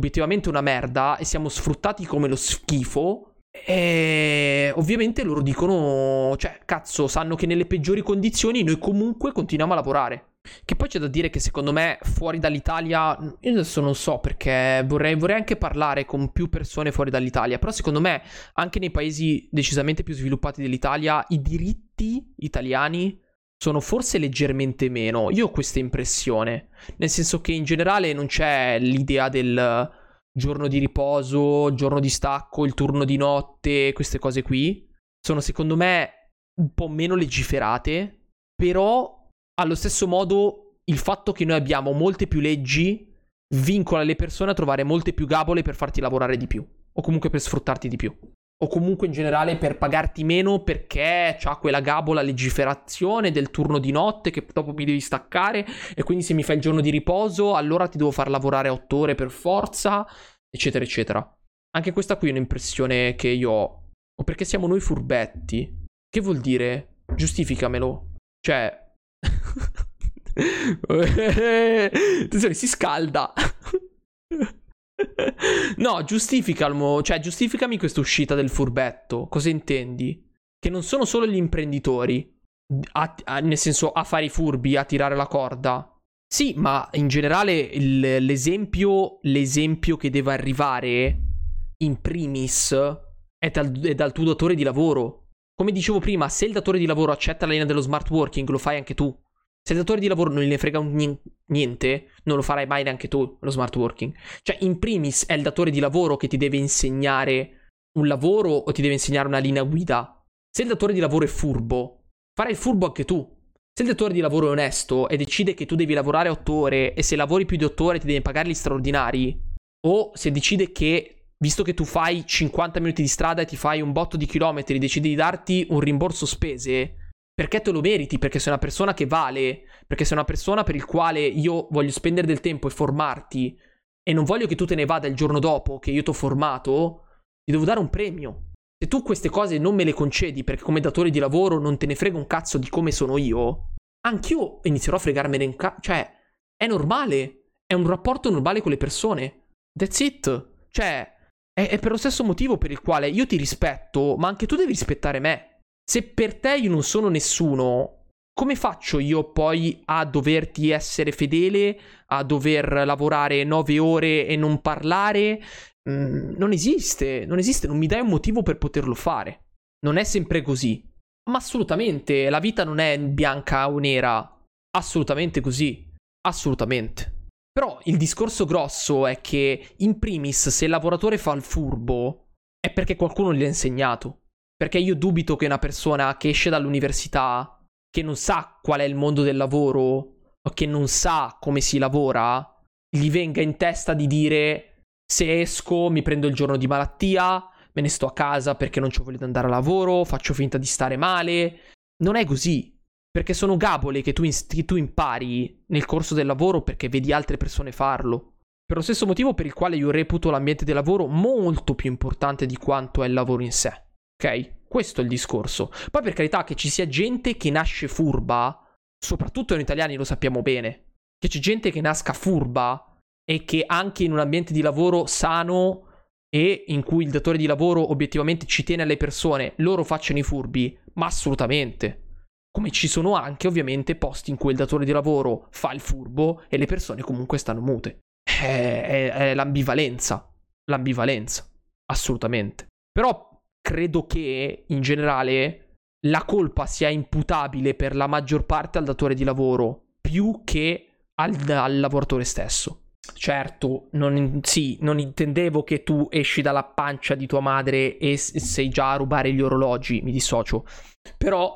e siamo sfruttati come lo schifo. E ovviamente loro dicono, cioè, cazzo, sanno che nelle peggiori condizioni noi comunque continuiamo a lavorare. Che poi c'è da dire che secondo me fuori dall'Italia, io adesso non so perché vorrei anche parlare con più persone fuori dall'Italia, però secondo me anche nei paesi decisamente più sviluppati dell'Italia i diritti italiani sono forse leggermente meno. Io ho questa impressione, nel senso che in generale non c'è l'idea del giorno di riposo, giorno di stacco, il turno di notte, queste cose qui sono secondo me un po' meno legiferate, però allo stesso modo il fatto che noi abbiamo molte più leggi vincola le persone a trovare molte più gabole per farti lavorare di più, o comunque per sfruttarti di più, o comunque in generale per pagarti meno perché c'ha quella gabola legiferazione del turno di notte che dopo mi devi staccare e quindi se mi fai il giorno di riposo allora ti devo far lavorare 8 ore per forza, eccetera eccetera. Anche questa qui è un'impressione che io ho. O perché siamo noi furbetti? Che vuol dire? Giustificamelo. Cioè attenzione, si scalda. No, giustificami questa uscita del furbetto. Cosa intendi? Che non sono solo gli imprenditori nel senso a fare i furbi, a tirare la corda. Sì, ma in generale l'esempio che deve arrivare in primis è dal tuo datore di lavoro. Come dicevo prima, se il datore di lavoro accetta la linea dello smart working, lo fai anche tu. Se il datore di lavoro non gliene frega niente, non lo farai mai neanche tu, lo smart working. Cioè, in primis è il datore di lavoro che ti deve insegnare un lavoro o ti deve insegnare una linea guida. Se il datore di lavoro è furbo, farai il furbo anche tu. Se il datore di lavoro è onesto e decide che tu devi lavorare 8 ore e se lavori più di 8 ore ti devi pagare gli straordinari, o se decide che, visto che tu fai 50 minuti di strada e ti fai un botto di chilometri, decide di darti un rimborso spese, perché te lo meriti, perché sei una persona che vale, perché sei una persona per il quale io voglio spendere del tempo e formarti e non voglio che tu te ne vada il giorno dopo che io ti ho formato, ti devo dare un premio. Se tu queste cose non me le concedi perché come datore di lavoro non te ne frega un cazzo di come sono io, anch'io inizierò a fregarmene in cazzo. Cioè, è normale. È un rapporto normale con le persone. That's it. Cioè, è per lo stesso motivo per il quale io ti rispetto, ma anche tu devi rispettare me. Se per te io non sono nessuno, come faccio io poi a doverti essere fedele, a dover lavorare 9 ore e non parlare? Non esiste, non mi dai un motivo per poterlo fare. Non è sempre così. Ma assolutamente, la vita non è bianca o nera. Assolutamente così. Assolutamente. Però il discorso grosso è che, in primis, se il lavoratore fa il furbo, è perché qualcuno gli ha insegnato. Perché io dubito che una persona che esce dall'università, che non sa qual è il mondo del lavoro, o che non sa come si lavora, gli venga in testa di dire: se esco mi prendo il giorno di malattia, me ne sto a casa perché non c'ho voglia di andare a lavoro, faccio finta di stare male. Non è così, perché sono gabole che tu impari nel corso del lavoro perché vedi altre persone farlo. Per lo stesso motivo per il quale io reputo l'ambiente del lavoro molto più importante di quanto è il lavoro in sé. Ok? Questo è il discorso. Poi per carità che ci sia gente che nasce furba, soprattutto noi italiani lo sappiamo bene, che c'è gente che nasca furba e che anche in un ambiente di lavoro sano e in cui il datore di lavoro obiettivamente ci tiene alle persone, loro facciano i furbi, ma assolutamente. Come ci sono anche ovviamente posti in cui il datore di lavoro fa il furbo e le persone comunque stanno mute. È l'ambivalenza, assolutamente. Però credo che in generale la colpa sia imputabile per la maggior parte al datore di lavoro più che al lavoratore stesso. Certo, non intendevo che tu esci dalla pancia di tua madre e sei già a rubare gli orologi, mi dissocio. Però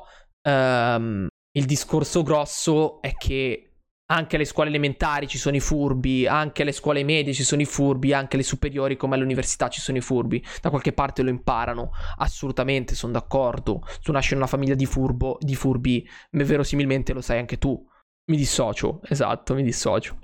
il discorso grosso è che anche alle scuole elementari ci sono i furbi, anche alle scuole medie ci sono i furbi, anche alle superiori come all'università ci sono i furbi. Da qualche parte lo imparano, assolutamente, sono d'accordo. Tu nasci in una famiglia di furbi, verosimilmente lo sai anche tu. Mi dissocio, esatto, mi dissocio.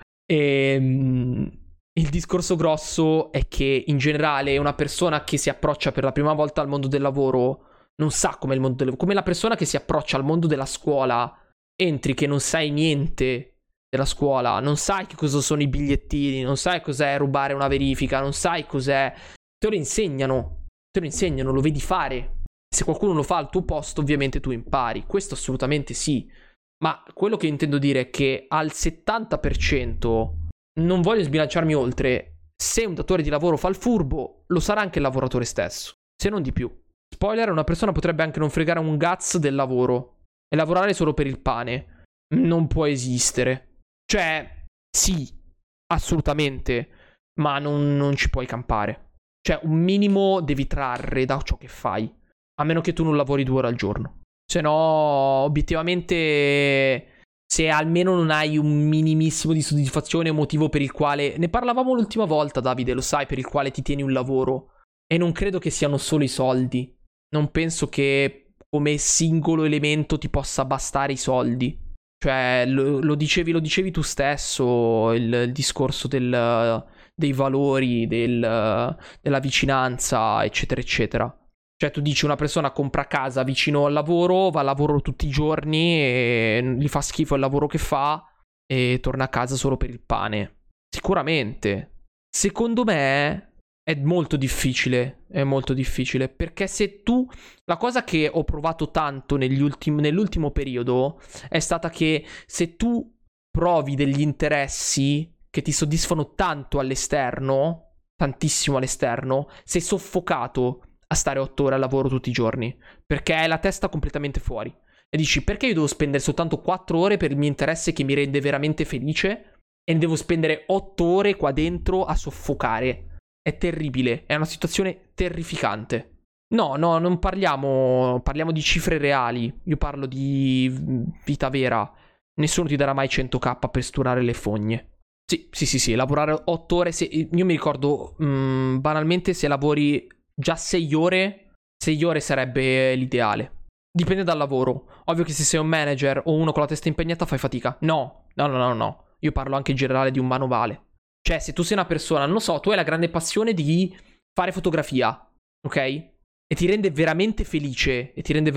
Il discorso grosso è che in generale una persona che si approccia per la prima volta al mondo del lavoro non sa come il mondo del lavoro, come la persona che si approccia al mondo della scuola, entri che non sai niente della scuola, non sai che cosa sono i bigliettini, non sai cos'è rubare una verifica, non sai cos'è, te lo insegnano, lo vedi fare. Se qualcuno lo fa al tuo posto ovviamente tu impari, questo assolutamente sì. Ma quello che intendo dire è che al 70%, non voglio sbilanciarmi oltre, se un datore di lavoro fa il furbo, lo sarà anche il lavoratore stesso, se non di più. Spoiler, una persona potrebbe anche non fregare un cazzo del lavoro e lavorare solo per il pane. Non può esistere. Cioè, sì, assolutamente, ma non ci puoi campare. Cioè, un minimo devi trarre da ciò che fai, a meno che tu non lavori 2 ore al giorno. Se no, obiettivamente, se almeno non hai un minimissimo di soddisfazione o motivo per il quale... Ne parlavamo l'ultima volta, Davide, lo sai, per il quale ti tieni un lavoro. E non credo che siano solo i soldi. Non penso che come singolo elemento ti possa bastare i soldi. Cioè, lo dicevi tu stesso, il discorso dei valori, della vicinanza, eccetera, eccetera. Cioè tu dici una persona compra casa vicino al lavoro, va al lavoro tutti i giorni e gli fa schifo il lavoro che fa e torna a casa solo per il pane. Sicuramente. Secondo me è molto difficile, perché se tu... La cosa che ho provato tanto nell'ultimo periodo è stata che se tu provi degli interessi che ti soddisfano tanto all'esterno, tantissimo all'esterno, sei soffocato a stare 8 ore al lavoro tutti i giorni, perché hai la testa completamente fuori. E dici, perché io devo spendere soltanto 4 ore per il mio interesse che mi rende veramente felice e ne devo spendere 8 ore qua dentro a soffocare? È terribile, è una situazione terrificante. No, non parliamo di cifre reali, io parlo di vita vera. Nessuno ti darà mai 100k per sturare le fogne. Sì, lavorare 8 ore, io mi ricordo banalmente se lavori già 6 ore sarebbe l'ideale. Dipende dal lavoro. Ovvio che se sei un manager o uno con la testa impegnata fai fatica. No. Io parlo anche in generale di un manovale. Cioè, se tu sei una persona, non lo so, tu hai la grande passione di fare fotografia, ok? E ti rende veramente felice.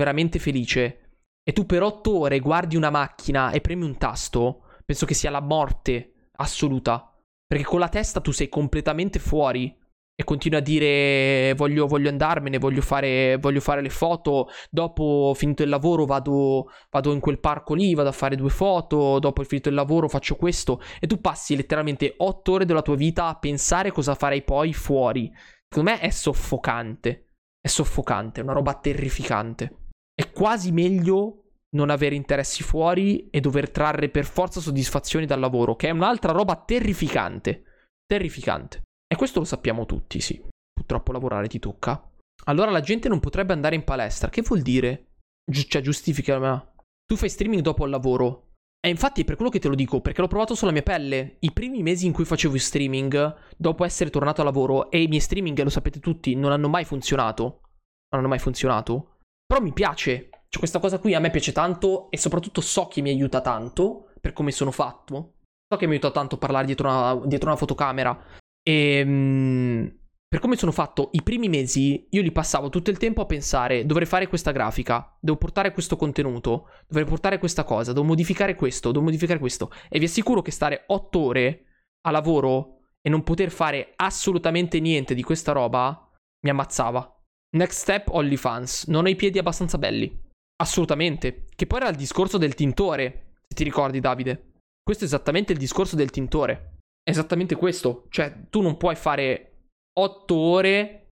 E tu per 8 ore guardi una macchina e premi un tasto, penso che sia la morte assoluta. Perché con la testa tu sei completamente fuori. E continui a dire voglio andarmene, voglio fare le foto, dopo finito il lavoro vado in quel parco lì, vado a fare 2 foto, dopo finito il lavoro faccio questo, e tu passi letteralmente 8 ore della tua vita a pensare cosa farai poi fuori. Secondo me è soffocante, è una roba terrificante. È quasi meglio non avere interessi fuori e dover trarre per forza soddisfazioni dal lavoro, che è un'altra roba terrificante. E questo lo sappiamo tutti, sì. Purtroppo lavorare ti tocca. Allora la gente non potrebbe andare in palestra. Che vuol dire? Cioè, giustifica. Tu fai streaming dopo il lavoro. E infatti è per quello che te lo dico, perché l'ho provato sulla mia pelle. I primi mesi in cui facevo i streaming, dopo essere tornato a lavoro, e i miei streaming, lo sapete tutti, non hanno mai funzionato. Però mi piace. Cioè, questa cosa qui a me piace tanto, e soprattutto so che mi aiuta tanto, per come sono fatto. So che mi aiuta tanto parlare dietro una fotocamera. E per come sono fatto, i primi mesi io li passavo tutto il tempo a pensare: dovrei fare questa grafica, devo portare questo contenuto, dovrei portare questa cosa, devo modificare questo. E vi assicuro che stare 8 ore a lavoro e non poter fare assolutamente niente di questa roba mi ammazzava. Next step, OnlyFans. Non ho i piedi abbastanza belli. Assolutamente. Che poi era il discorso del tintore, se ti ricordi, Davide. Questo è esattamente il discorso del tintore. Esattamente questo. Cioè, tu non puoi fare 8 ore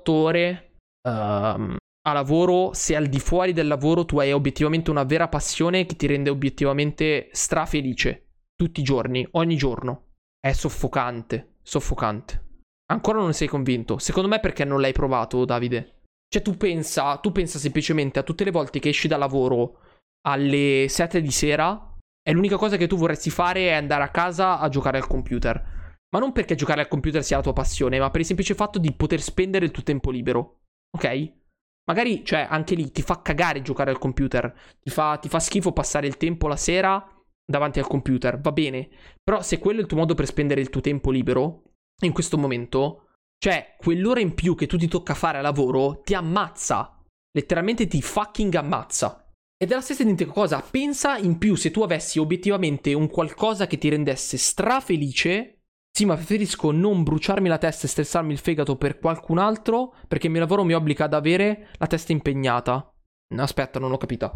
a lavoro se al di fuori del lavoro tu hai obiettivamente una vera passione che ti rende obiettivamente strafelice. Tutti i giorni, ogni giorno. È soffocante. Ancora non sei convinto. Secondo me perché non l'hai provato, Davide. Cioè, tu pensa semplicemente a tutte le volte che esci da lavoro alle 7 di sera. E l'unica cosa che tu vorresti fare è andare a casa a giocare al computer. Ma non perché giocare al computer sia la tua passione, ma per il semplice fatto di poter spendere il tuo tempo libero. Ok? Magari, cioè, anche lì ti fa cagare giocare al computer. Ti fa schifo passare il tempo la sera davanti al computer. Va bene. Però se quello è il tuo modo per spendere il tuo tempo libero, in questo momento, cioè, quell'ora in più che tu ti tocca fare a lavoro ti ammazza. Letteralmente ti fucking ammazza. Ed è la stessa identica cosa. Pensa in più se tu avessi obiettivamente un qualcosa che ti rendesse strafelice. Sì, ma preferisco non bruciarmi la testa e stressarmi il fegato per qualcun altro, perché il mio lavoro mi obbliga ad avere la testa impegnata. Aspetta, non l'ho capita.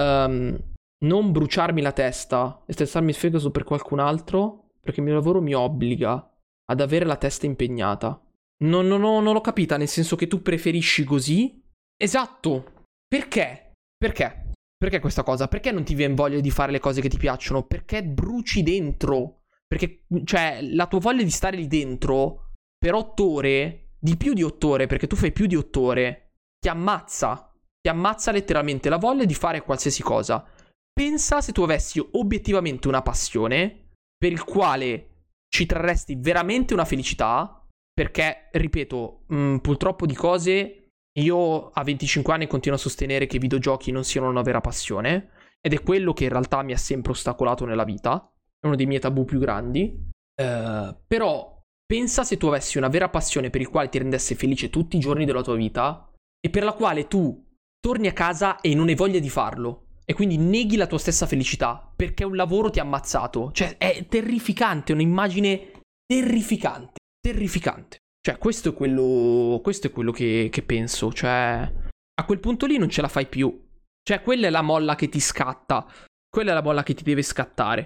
Non bruciarmi la testa e stressarmi il fegato per qualcun altro, perché il mio lavoro mi obbliga ad avere la testa impegnata. Non l'ho capita, nel senso che tu preferisci così? Esatto. Perché? Perché questa cosa? Perché non ti viene voglia di fare le cose che ti piacciono? Perché bruci dentro. Perché, cioè, la tua voglia di stare lì dentro per 8 ore, di più di 8 ore, perché tu fai più di 8 ore, ti ammazza. Ti ammazza letteralmente la voglia di fare qualsiasi cosa. Pensa se tu avessi obiettivamente una passione per il quale ci trarresti veramente una felicità, perché, ripeto, purtroppo di cose... Io a 25 anni continuo a sostenere che i videogiochi non siano una vera passione, ed è quello che in realtà mi ha sempre ostacolato nella vita. È uno dei miei tabù più grandi. Però pensa se tu avessi una vera passione per il quale ti rendesse felice tutti i giorni della tua vita, e per la quale tu torni a casa e non hai voglia di farlo, e quindi neghi la tua stessa felicità perché un lavoro ti ha ammazzato. Cioè, è terrificante, è un'immagine terrificante. Cioè, questo è quello che penso. Cioè, a quel punto lì non ce la fai più. Cioè, quella è la molla che ti scatta. Quella è la molla che ti deve scattare.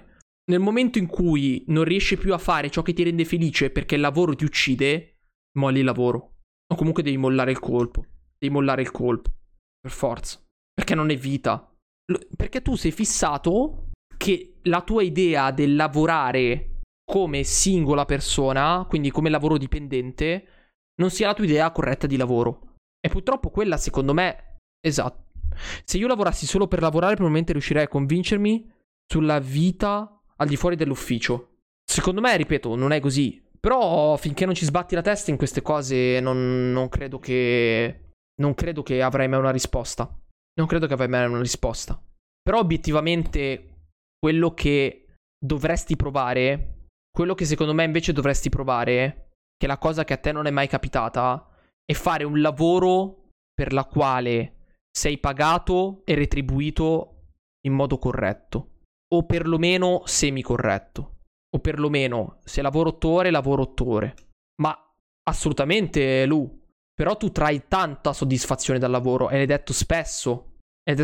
nel momento in cui non riesci più a fare ciò che ti rende felice perché il lavoro ti uccide, molli il lavoro. O comunque devi mollare il colpo. Devi mollare il colpo. Per forza. Perché non è vita. Perché tu sei fissato che la tua idea del lavorare come singola persona, quindi come lavoro dipendente, non sia la tua idea corretta di lavoro. E purtroppo quella, secondo me, esatto. Se io lavorassi solo per lavorare, probabilmente riuscirei a convincermi sulla vita al di fuori dell'ufficio. Secondo me, ripeto, non è così. Però finché non ci sbatti la testa in queste cose non credo che avrai mai una risposta. Non credo che avrai mai una risposta. Però obiettivamente quello che dovresti provare, quello che secondo me invece dovresti provare, che è la cosa che a te non è mai capitata, è fare un lavoro per la quale sei pagato e retribuito in modo corretto. O perlomeno semi-corretto. O perlomeno, se lavoro 8 ore, lavoro 8 ore. Ma assolutamente, Lu. Però tu trai tanta soddisfazione dal lavoro. E l'hai detto spesso.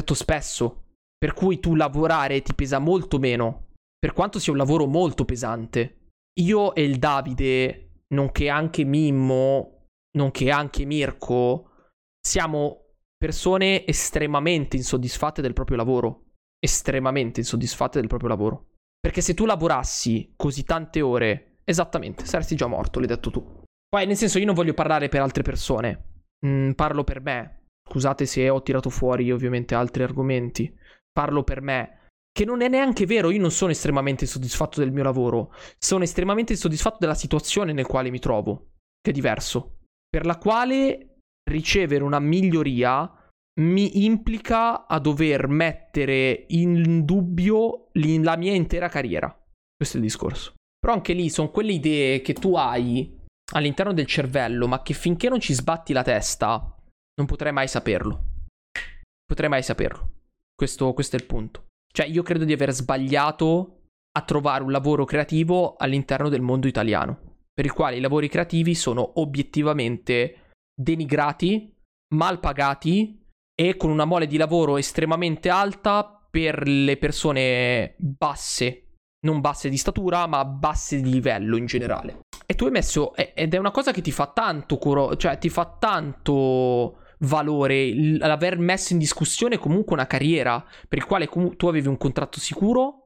Per cui tu lavorare ti pesa molto meno. Per quanto sia un lavoro molto pesante. Io e il Davide, nonché anche Mimmo, nonché anche Mirko, siamo persone estremamente insoddisfatte del proprio lavoro. Estremamente insoddisfatte del proprio lavoro. Perché se tu lavorassi così tante ore, esattamente, saresti già morto, l'hai detto tu. Poi, nel senso, io non voglio parlare per altre persone. Parlo per me. Scusate se ho tirato fuori, ovviamente, altri argomenti. Parlo per me. Che non è neanche vero, io non sono estremamente insoddisfatto del mio lavoro. Sono estremamente insoddisfatto della situazione nel quale mi trovo. Che è diverso. Per la quale ricevere una miglioria mi implica a dover mettere in dubbio la mia intera carriera. Questo è il discorso. Però anche lì sono quelle idee che tu hai all'interno del cervello, ma che finché non ci sbatti la testa non potrai mai saperlo. Potrei mai saperlo. Questo è il punto. Cioè, io credo di aver sbagliato a trovare un lavoro creativo all'interno del mondo italiano, per il quale i lavori creativi sono obiettivamente denigrati, mal pagati e con una mole di lavoro estremamente alta per le persone basse, non basse di statura, ma basse di livello in generale. E tu hai messo, ed è una cosa che ti fa tanto cioè ti fa tanto valore l'aver messo in discussione comunque una carriera per il quale tu avevi un contratto sicuro,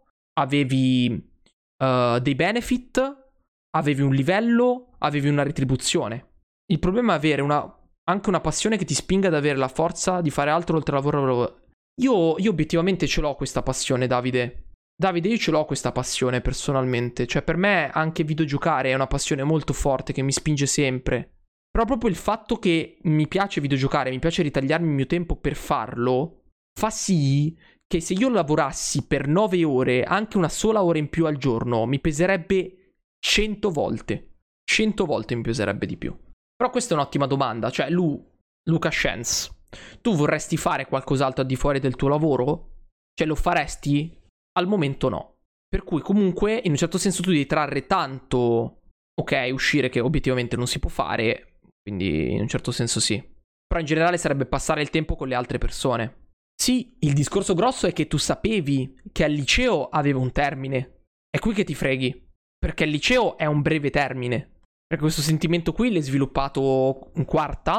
avevi dei benefit, avevi un livello, avevi una retribuzione. Il problema è avere anche una passione che ti spinga ad avere la forza di fare altro oltre al lavoro. Io obiettivamente ce l'ho questa passione, Davide. Davide, io ce l'ho questa passione personalmente. Cioè, per me anche videogiocare è una passione molto forte che mi spinge sempre. Però proprio il fatto che mi piace videogiocare, mi piace ritagliarmi il mio tempo per farlo, fa sì che se io lavorassi per 9 ore, anche una sola ora in più al giorno, mi peserebbe 100 volte. 100 volte mi peserebbe di più. Però questa è un'ottima domanda. Cioè, Luca Scienz, tu vorresti fare qualcos'altro al di fuori del tuo lavoro? Cioè, lo faresti? Al momento no. Per cui comunque, in un certo senso, tu devi trarre tanto, ok, uscire che obiettivamente non si può fare, quindi in un certo senso sì. Però in generale sarebbe passare il tempo con le altre persone. Sì, il discorso grosso è che tu sapevi che al liceo aveva un termine. È qui che ti freghi. Perché il liceo è un breve termine. Perché questo sentimento qui l'hai sviluppato in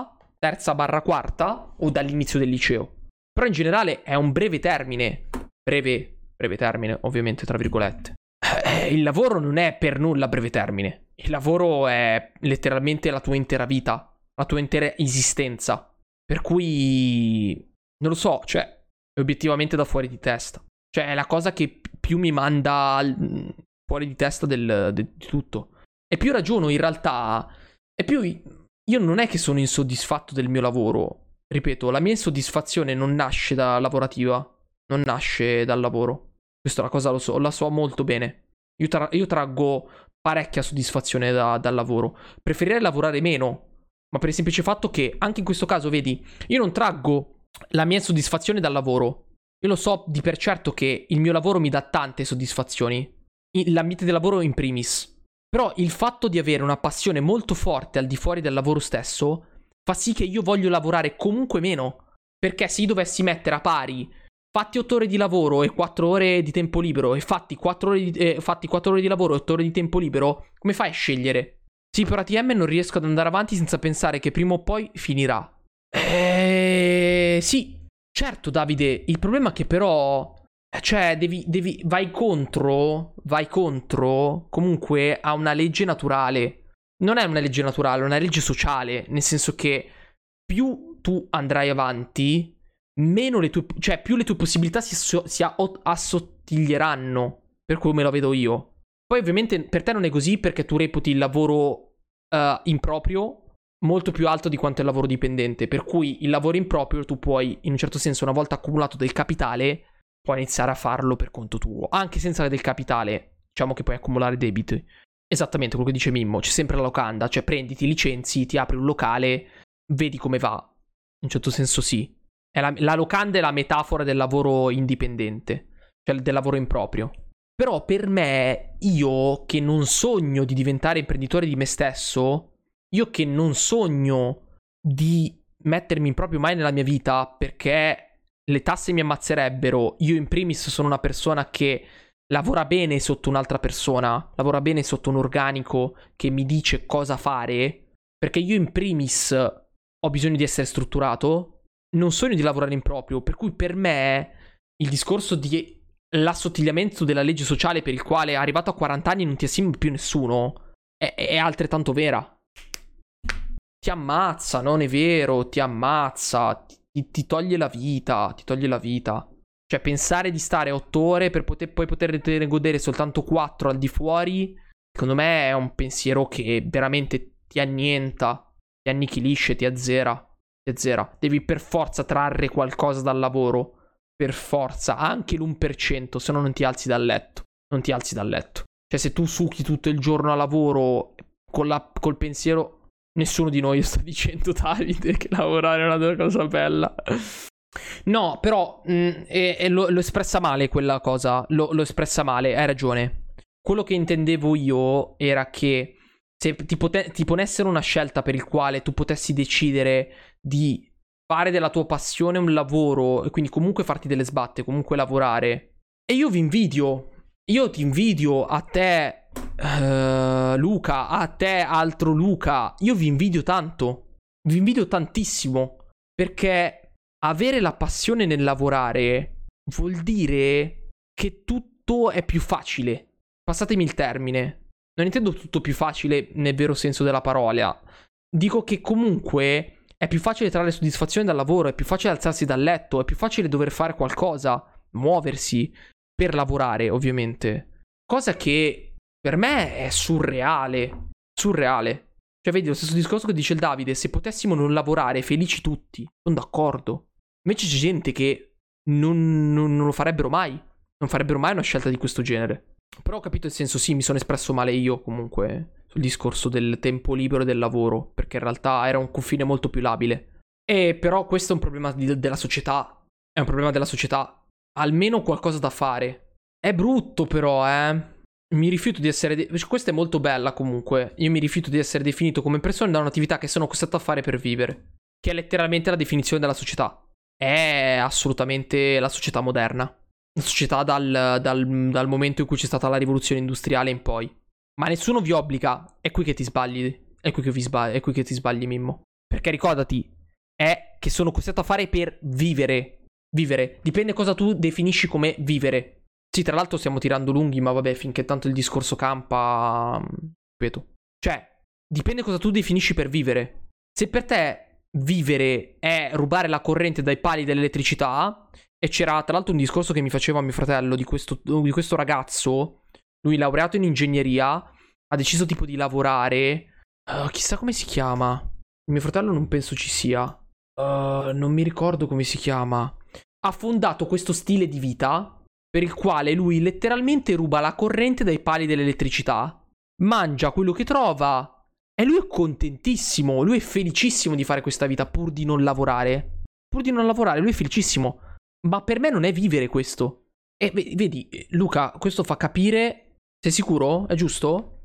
terza/quarta o dall'inizio del liceo. Però in generale è un breve termine. Breve termine, ovviamente, tra virgolette. Il lavoro non è per nulla breve termine. Il lavoro è letteralmente la tua intera vita, la tua intera esistenza. Per cui, non lo so, cioè, è obiettivamente da fuori di testa. Cioè, è la cosa che più mi manda fuori di testa di tutto. E più ragiono, in realtà, e più io non è che sono insoddisfatto del mio lavoro. Ripeto, la mia insoddisfazione non nasce da lavorativa, non nasce dal lavoro. Questa è una cosa, la so molto bene. Io traggo parecchia soddisfazione dal lavoro. Preferirei lavorare meno, ma per il semplice fatto che, anche in questo caso, vedi, io non traggo la mia soddisfazione dal lavoro. Io lo so di per certo che il mio lavoro mi dà tante soddisfazioni. L'ambiente del lavoro in primis. Però il fatto di avere una passione molto forte al di fuori del lavoro stesso fa sì che io voglio lavorare comunque meno. Perché se io dovessi mettere a pari fatti 8 ore di lavoro e 4 ore di tempo libero, e fatti 4 ore di lavoro e 8 ore di tempo libero, come fai a scegliere? Sì, per ATM non riesco ad andare avanti senza pensare che prima o poi finirà. Sì, certo Davide, il problema è che però, cioè vai contro comunque a una legge naturale. Non è una legge naturale, è una legge sociale, nel senso che più tu andrai avanti, meno più le tue possibilità si assottiglieranno, per come lo vedo io. Poi ovviamente per te non è così, perché tu reputi il lavoro improprio molto più alto di quanto è il lavoro dipendente, per cui il lavoro improprio tu puoi, in un certo senso, una volta accumulato del capitale, puoi iniziare a farlo per conto tuo, anche senza del capitale, diciamo che puoi accumulare debiti. Esattamente quello che dice Mimmo, c'è sempre la locanda, cioè prenditi, licenzi, ti apri un locale, vedi come va. In un certo senso sì. La locanda è la metafora del lavoro indipendente, cioè del lavoro improprio. Però per me, io che non sogno di diventare imprenditore di me stesso, io che non sogno di mettermi proprio mai nella mia vita perché le tasse mi ammazzerebbero, io in primis sono una persona che lavora bene sotto un'altra persona, lavora bene sotto un organico che mi dice cosa fare, perché io in primis ho bisogno di essere strutturato, non sogno di lavorare in proprio, per cui per me il discorso di l'assottigliamento della legge sociale per il quale arrivato a 40 anni non ti assimila più nessuno è altrettanto vera. Ti ammazza, non è vero, ti ammazza, ti toglie la vita, Cioè pensare di stare 8 ore per poi poterne godere soltanto 4 al di fuori, secondo me è un pensiero che veramente ti annienta, ti annichilisce, ti azzera. Devi per forza trarre qualcosa dal lavoro, per forza, anche l'1%, se no non ti alzi dal letto. Cioè se tu succhi tutto il giorno a lavoro col pensiero... Nessuno di noi sta dicendo, Davide, che lavorare è una cosa bella. No, però l'ho espressa male quella cosa. L'ho espressa male, hai ragione. Quello che intendevo io era che se ti ponessero una scelta per il quale tu potessi decidere di fare della tua passione un lavoro e quindi comunque farti delle sbatte, comunque lavorare, e io ti invidio a te, Luca, a te, altro Luca, io vi invidio tanto, vi invidio tantissimo, perché avere la passione nel lavorare vuol dire che tutto è più facile. Passatemi il termine, non intendo tutto più facile nel vero senso della parola, dico che comunque è più facile trarre soddisfazione dal lavoro, è più facile alzarsi dal letto, è più facile dover fare qualcosa, muoversi per lavorare, ovviamente, cosa che per me è surreale. Cioè vedi, lo stesso discorso che dice il Davide, se potessimo non lavorare felici tutti, sono d'accordo. Invece c'è gente che non lo farebbero mai, non farebbero mai una scelta di questo genere. Però ho capito il senso, sì, mi sono espresso male io comunque sul discorso del tempo libero e del lavoro, perché in realtà era un confine molto più labile. E però questo è un problema della società, è un problema della società, almeno qualcosa da fare. È brutto però, mi rifiuto di essere... Questa è molto bella comunque. Io mi rifiuto di essere definito come persona da un'attività che sono costretto a fare per vivere, che è letteralmente la definizione della società. È assolutamente la società moderna. La società dal momento in cui c'è stata la rivoluzione industriale in poi. Ma nessuno vi obbliga. È qui che ti sbagli. È qui che ti sbagli, Mimmo. Perché ricordati, è che sono costretto a fare per vivere. Dipende cosa tu definisci come vivere. Sì, tra l'altro stiamo tirando lunghi, ma vabbè, finché tanto il discorso campa, ripeto. Cioè, dipende cosa tu definisci per vivere. Se per te vivere è rubare la corrente dai pali dell'elettricità, e c'era tra l'altro un discorso che mi faceva mio fratello di questo ragazzo, lui laureato in ingegneria, ha deciso tipo di lavorare, chissà come si chiama. Mio fratello non penso ci sia. Non mi ricordo come si chiama. Ha fondato questo stile di vita per il quale lui letteralmente ruba la corrente dai pali dell'elettricità, mangia quello che trova e lui è contentissimo, lui è felicissimo di fare questa vita pur di non lavorare. Lui è felicissimo. Ma per me non è vivere questo. E vedi, Luca, questo fa capire... Sei sicuro? È giusto?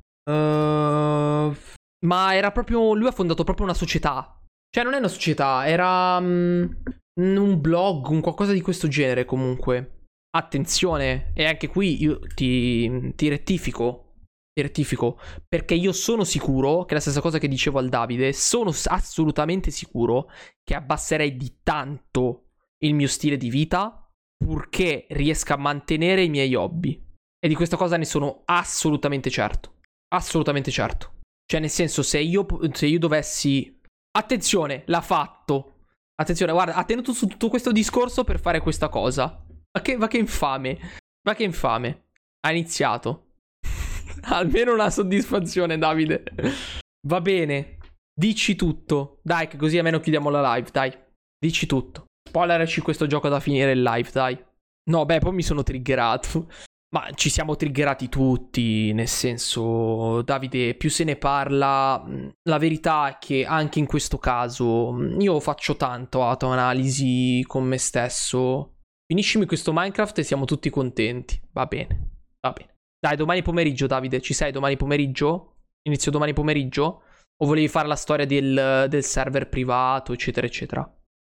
Ma era proprio... Lui ha fondato proprio una società. Cioè non è una società, era... un blog, un qualcosa di questo genere comunque. Attenzione, e anche qui io ti rettifico, perché io sono sicuro, che è la stessa cosa che dicevo al Davide, sono assolutamente sicuro che abbasserei di tanto il mio stile di vita purché riesca a mantenere i miei hobby. E di questa cosa ne sono assolutamente certo. Assolutamente certo. Cioè, nel senso, se io dovessi... Attenzione, l'ha fatto. Attenzione, guarda, ha tenuto su tutto questo discorso per fare questa cosa. Ma che infame. Ma che infame. Ha iniziato. Almeno una soddisfazione, Davide. Va bene. Dici tutto. Dai, che così almeno chiudiamo la live, dai. Dici tutto. Spoilerci questo gioco da finire il live, dai. No, beh, poi mi sono triggerato. Ma ci siamo triggerati tutti, nel senso, Davide, più se ne parla, la verità è che anche in questo caso io faccio tanto autoanalisi con me stesso. Finiscimi questo Minecraft e siamo tutti contenti. Va bene, va bene. Dai, domani pomeriggio, Davide, ci sei domani pomeriggio? Inizio domani pomeriggio? O volevi fare la storia del server privato, eccetera, eccetera?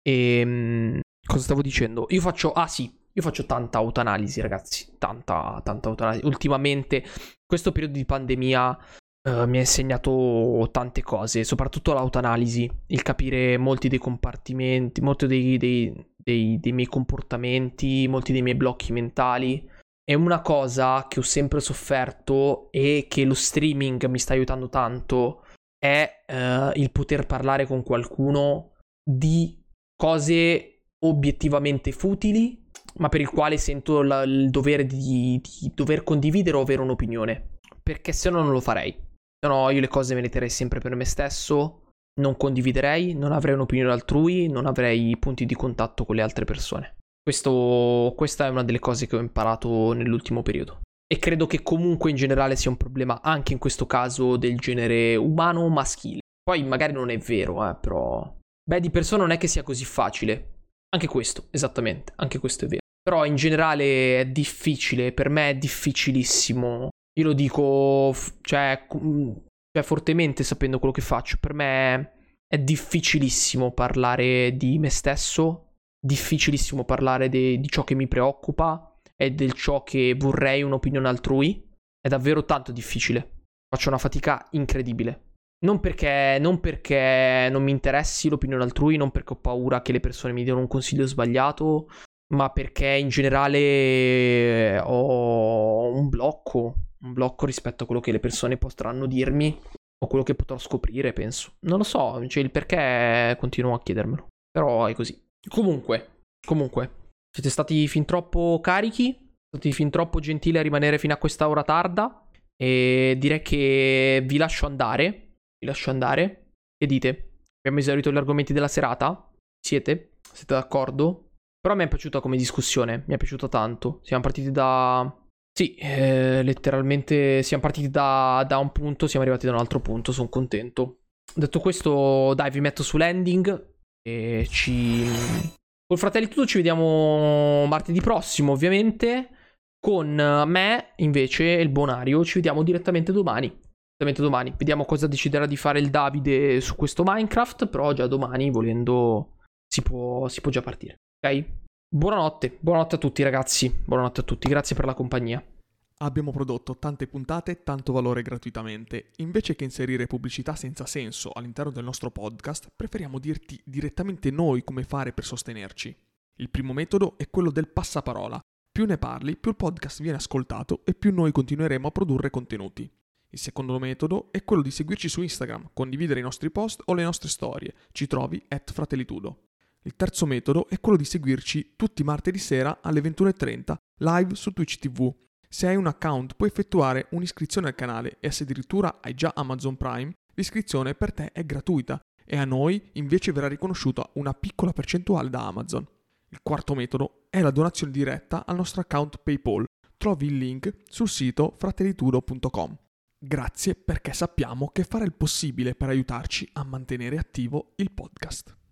Cosa stavo dicendo? Io faccio tanta autoanalisi, ragazzi. Tanta autoanalisi. Ultimamente, questo periodo di pandemia mi ha insegnato tante cose, soprattutto l'autoanalisi, il capire molti dei compartimenti, molti dei miei comportamenti, molti dei miei blocchi mentali. È una cosa che ho sempre sofferto e che lo streaming mi sta aiutando tanto, è il poter parlare con qualcuno di cose obiettivamente futili, ma per il quale sento il dovere di dover condividere o avere un'opinione, perché se no non lo farei. Se no io le cose me le terrei sempre per me stesso, non condividerei, non avrei un'opinione altrui, non avrei punti di contatto con le altre persone. Questa è una delle cose che ho imparato nell'ultimo periodo. E credo che comunque in generale sia un problema anche in questo caso del genere umano maschile. Poi magari non è vero, però... Beh, di persona non è che sia così facile. Anche questo, esattamente, anche questo è vero. Però in generale è difficile, per me è difficilissimo. Io lo dico, cioè fortemente sapendo quello che faccio. Per me è difficilissimo parlare di me stesso, difficilissimo parlare di ciò che mi preoccupa e del ciò che vorrei un'opinione altrui. È davvero tanto difficile. Faccio una fatica incredibile. Non perché non mi interessi l'opinione altrui, non perché ho paura che le persone mi diano un consiglio sbagliato, ma perché in generale ho un blocco rispetto a quello che le persone potranno dirmi o quello che potrò scoprire, penso. Non lo so, cioè il perché continuo a chiedermelo, però è così. Comunque, siete stati fin troppo carichi, siete stati fin troppo gentili a rimanere fino a questa ora tarda e direi che vi lascio andare. Che dite? Abbiamo esaurito gli argomenti della serata? Siete d'accordo? Però mi è piaciuta come discussione, mi è piaciuta tanto. Siamo partiti letteralmente siamo partiti da un punto, siamo arrivati da un altro punto, sono contento. Detto questo, dai, vi metto su landing e col Fratelli Tutto ci vediamo martedì prossimo, ovviamente. Con me, invece, e il Bonario, ci vediamo direttamente domani. Vediamo cosa deciderà di fare il Davide su questo Minecraft, però già domani, volendo, si può già partire, ok? Buonanotte a tutti, ragazzi, buonanotte a tutti, grazie per la compagnia. Abbiamo prodotto tante puntate, tanto valore gratuitamente. Invece che inserire pubblicità senza senso all'interno del nostro podcast, preferiamo dirti direttamente noi come fare per sostenerci. Il primo metodo è quello del passaparola. Più ne parli, più il podcast viene ascoltato e più noi continueremo a produrre contenuti. Il secondo metodo è quello di seguirci su Instagram, condividere i nostri post o le nostre storie. Ci trovi @fratellitudo. Il terzo metodo è quello di seguirci tutti i martedì sera alle 21:30 live su Twitch TV. Se hai un account puoi effettuare un'iscrizione al canale e se addirittura hai già Amazon Prime, l'iscrizione per te è gratuita e a noi invece verrà riconosciuta una piccola percentuale da Amazon. Il quarto metodo è la donazione diretta al nostro account PayPal. Trovi il link sul sito fratellitudo.com. Grazie perché sappiamo che fare il possibile per aiutarci a mantenere attivo il podcast.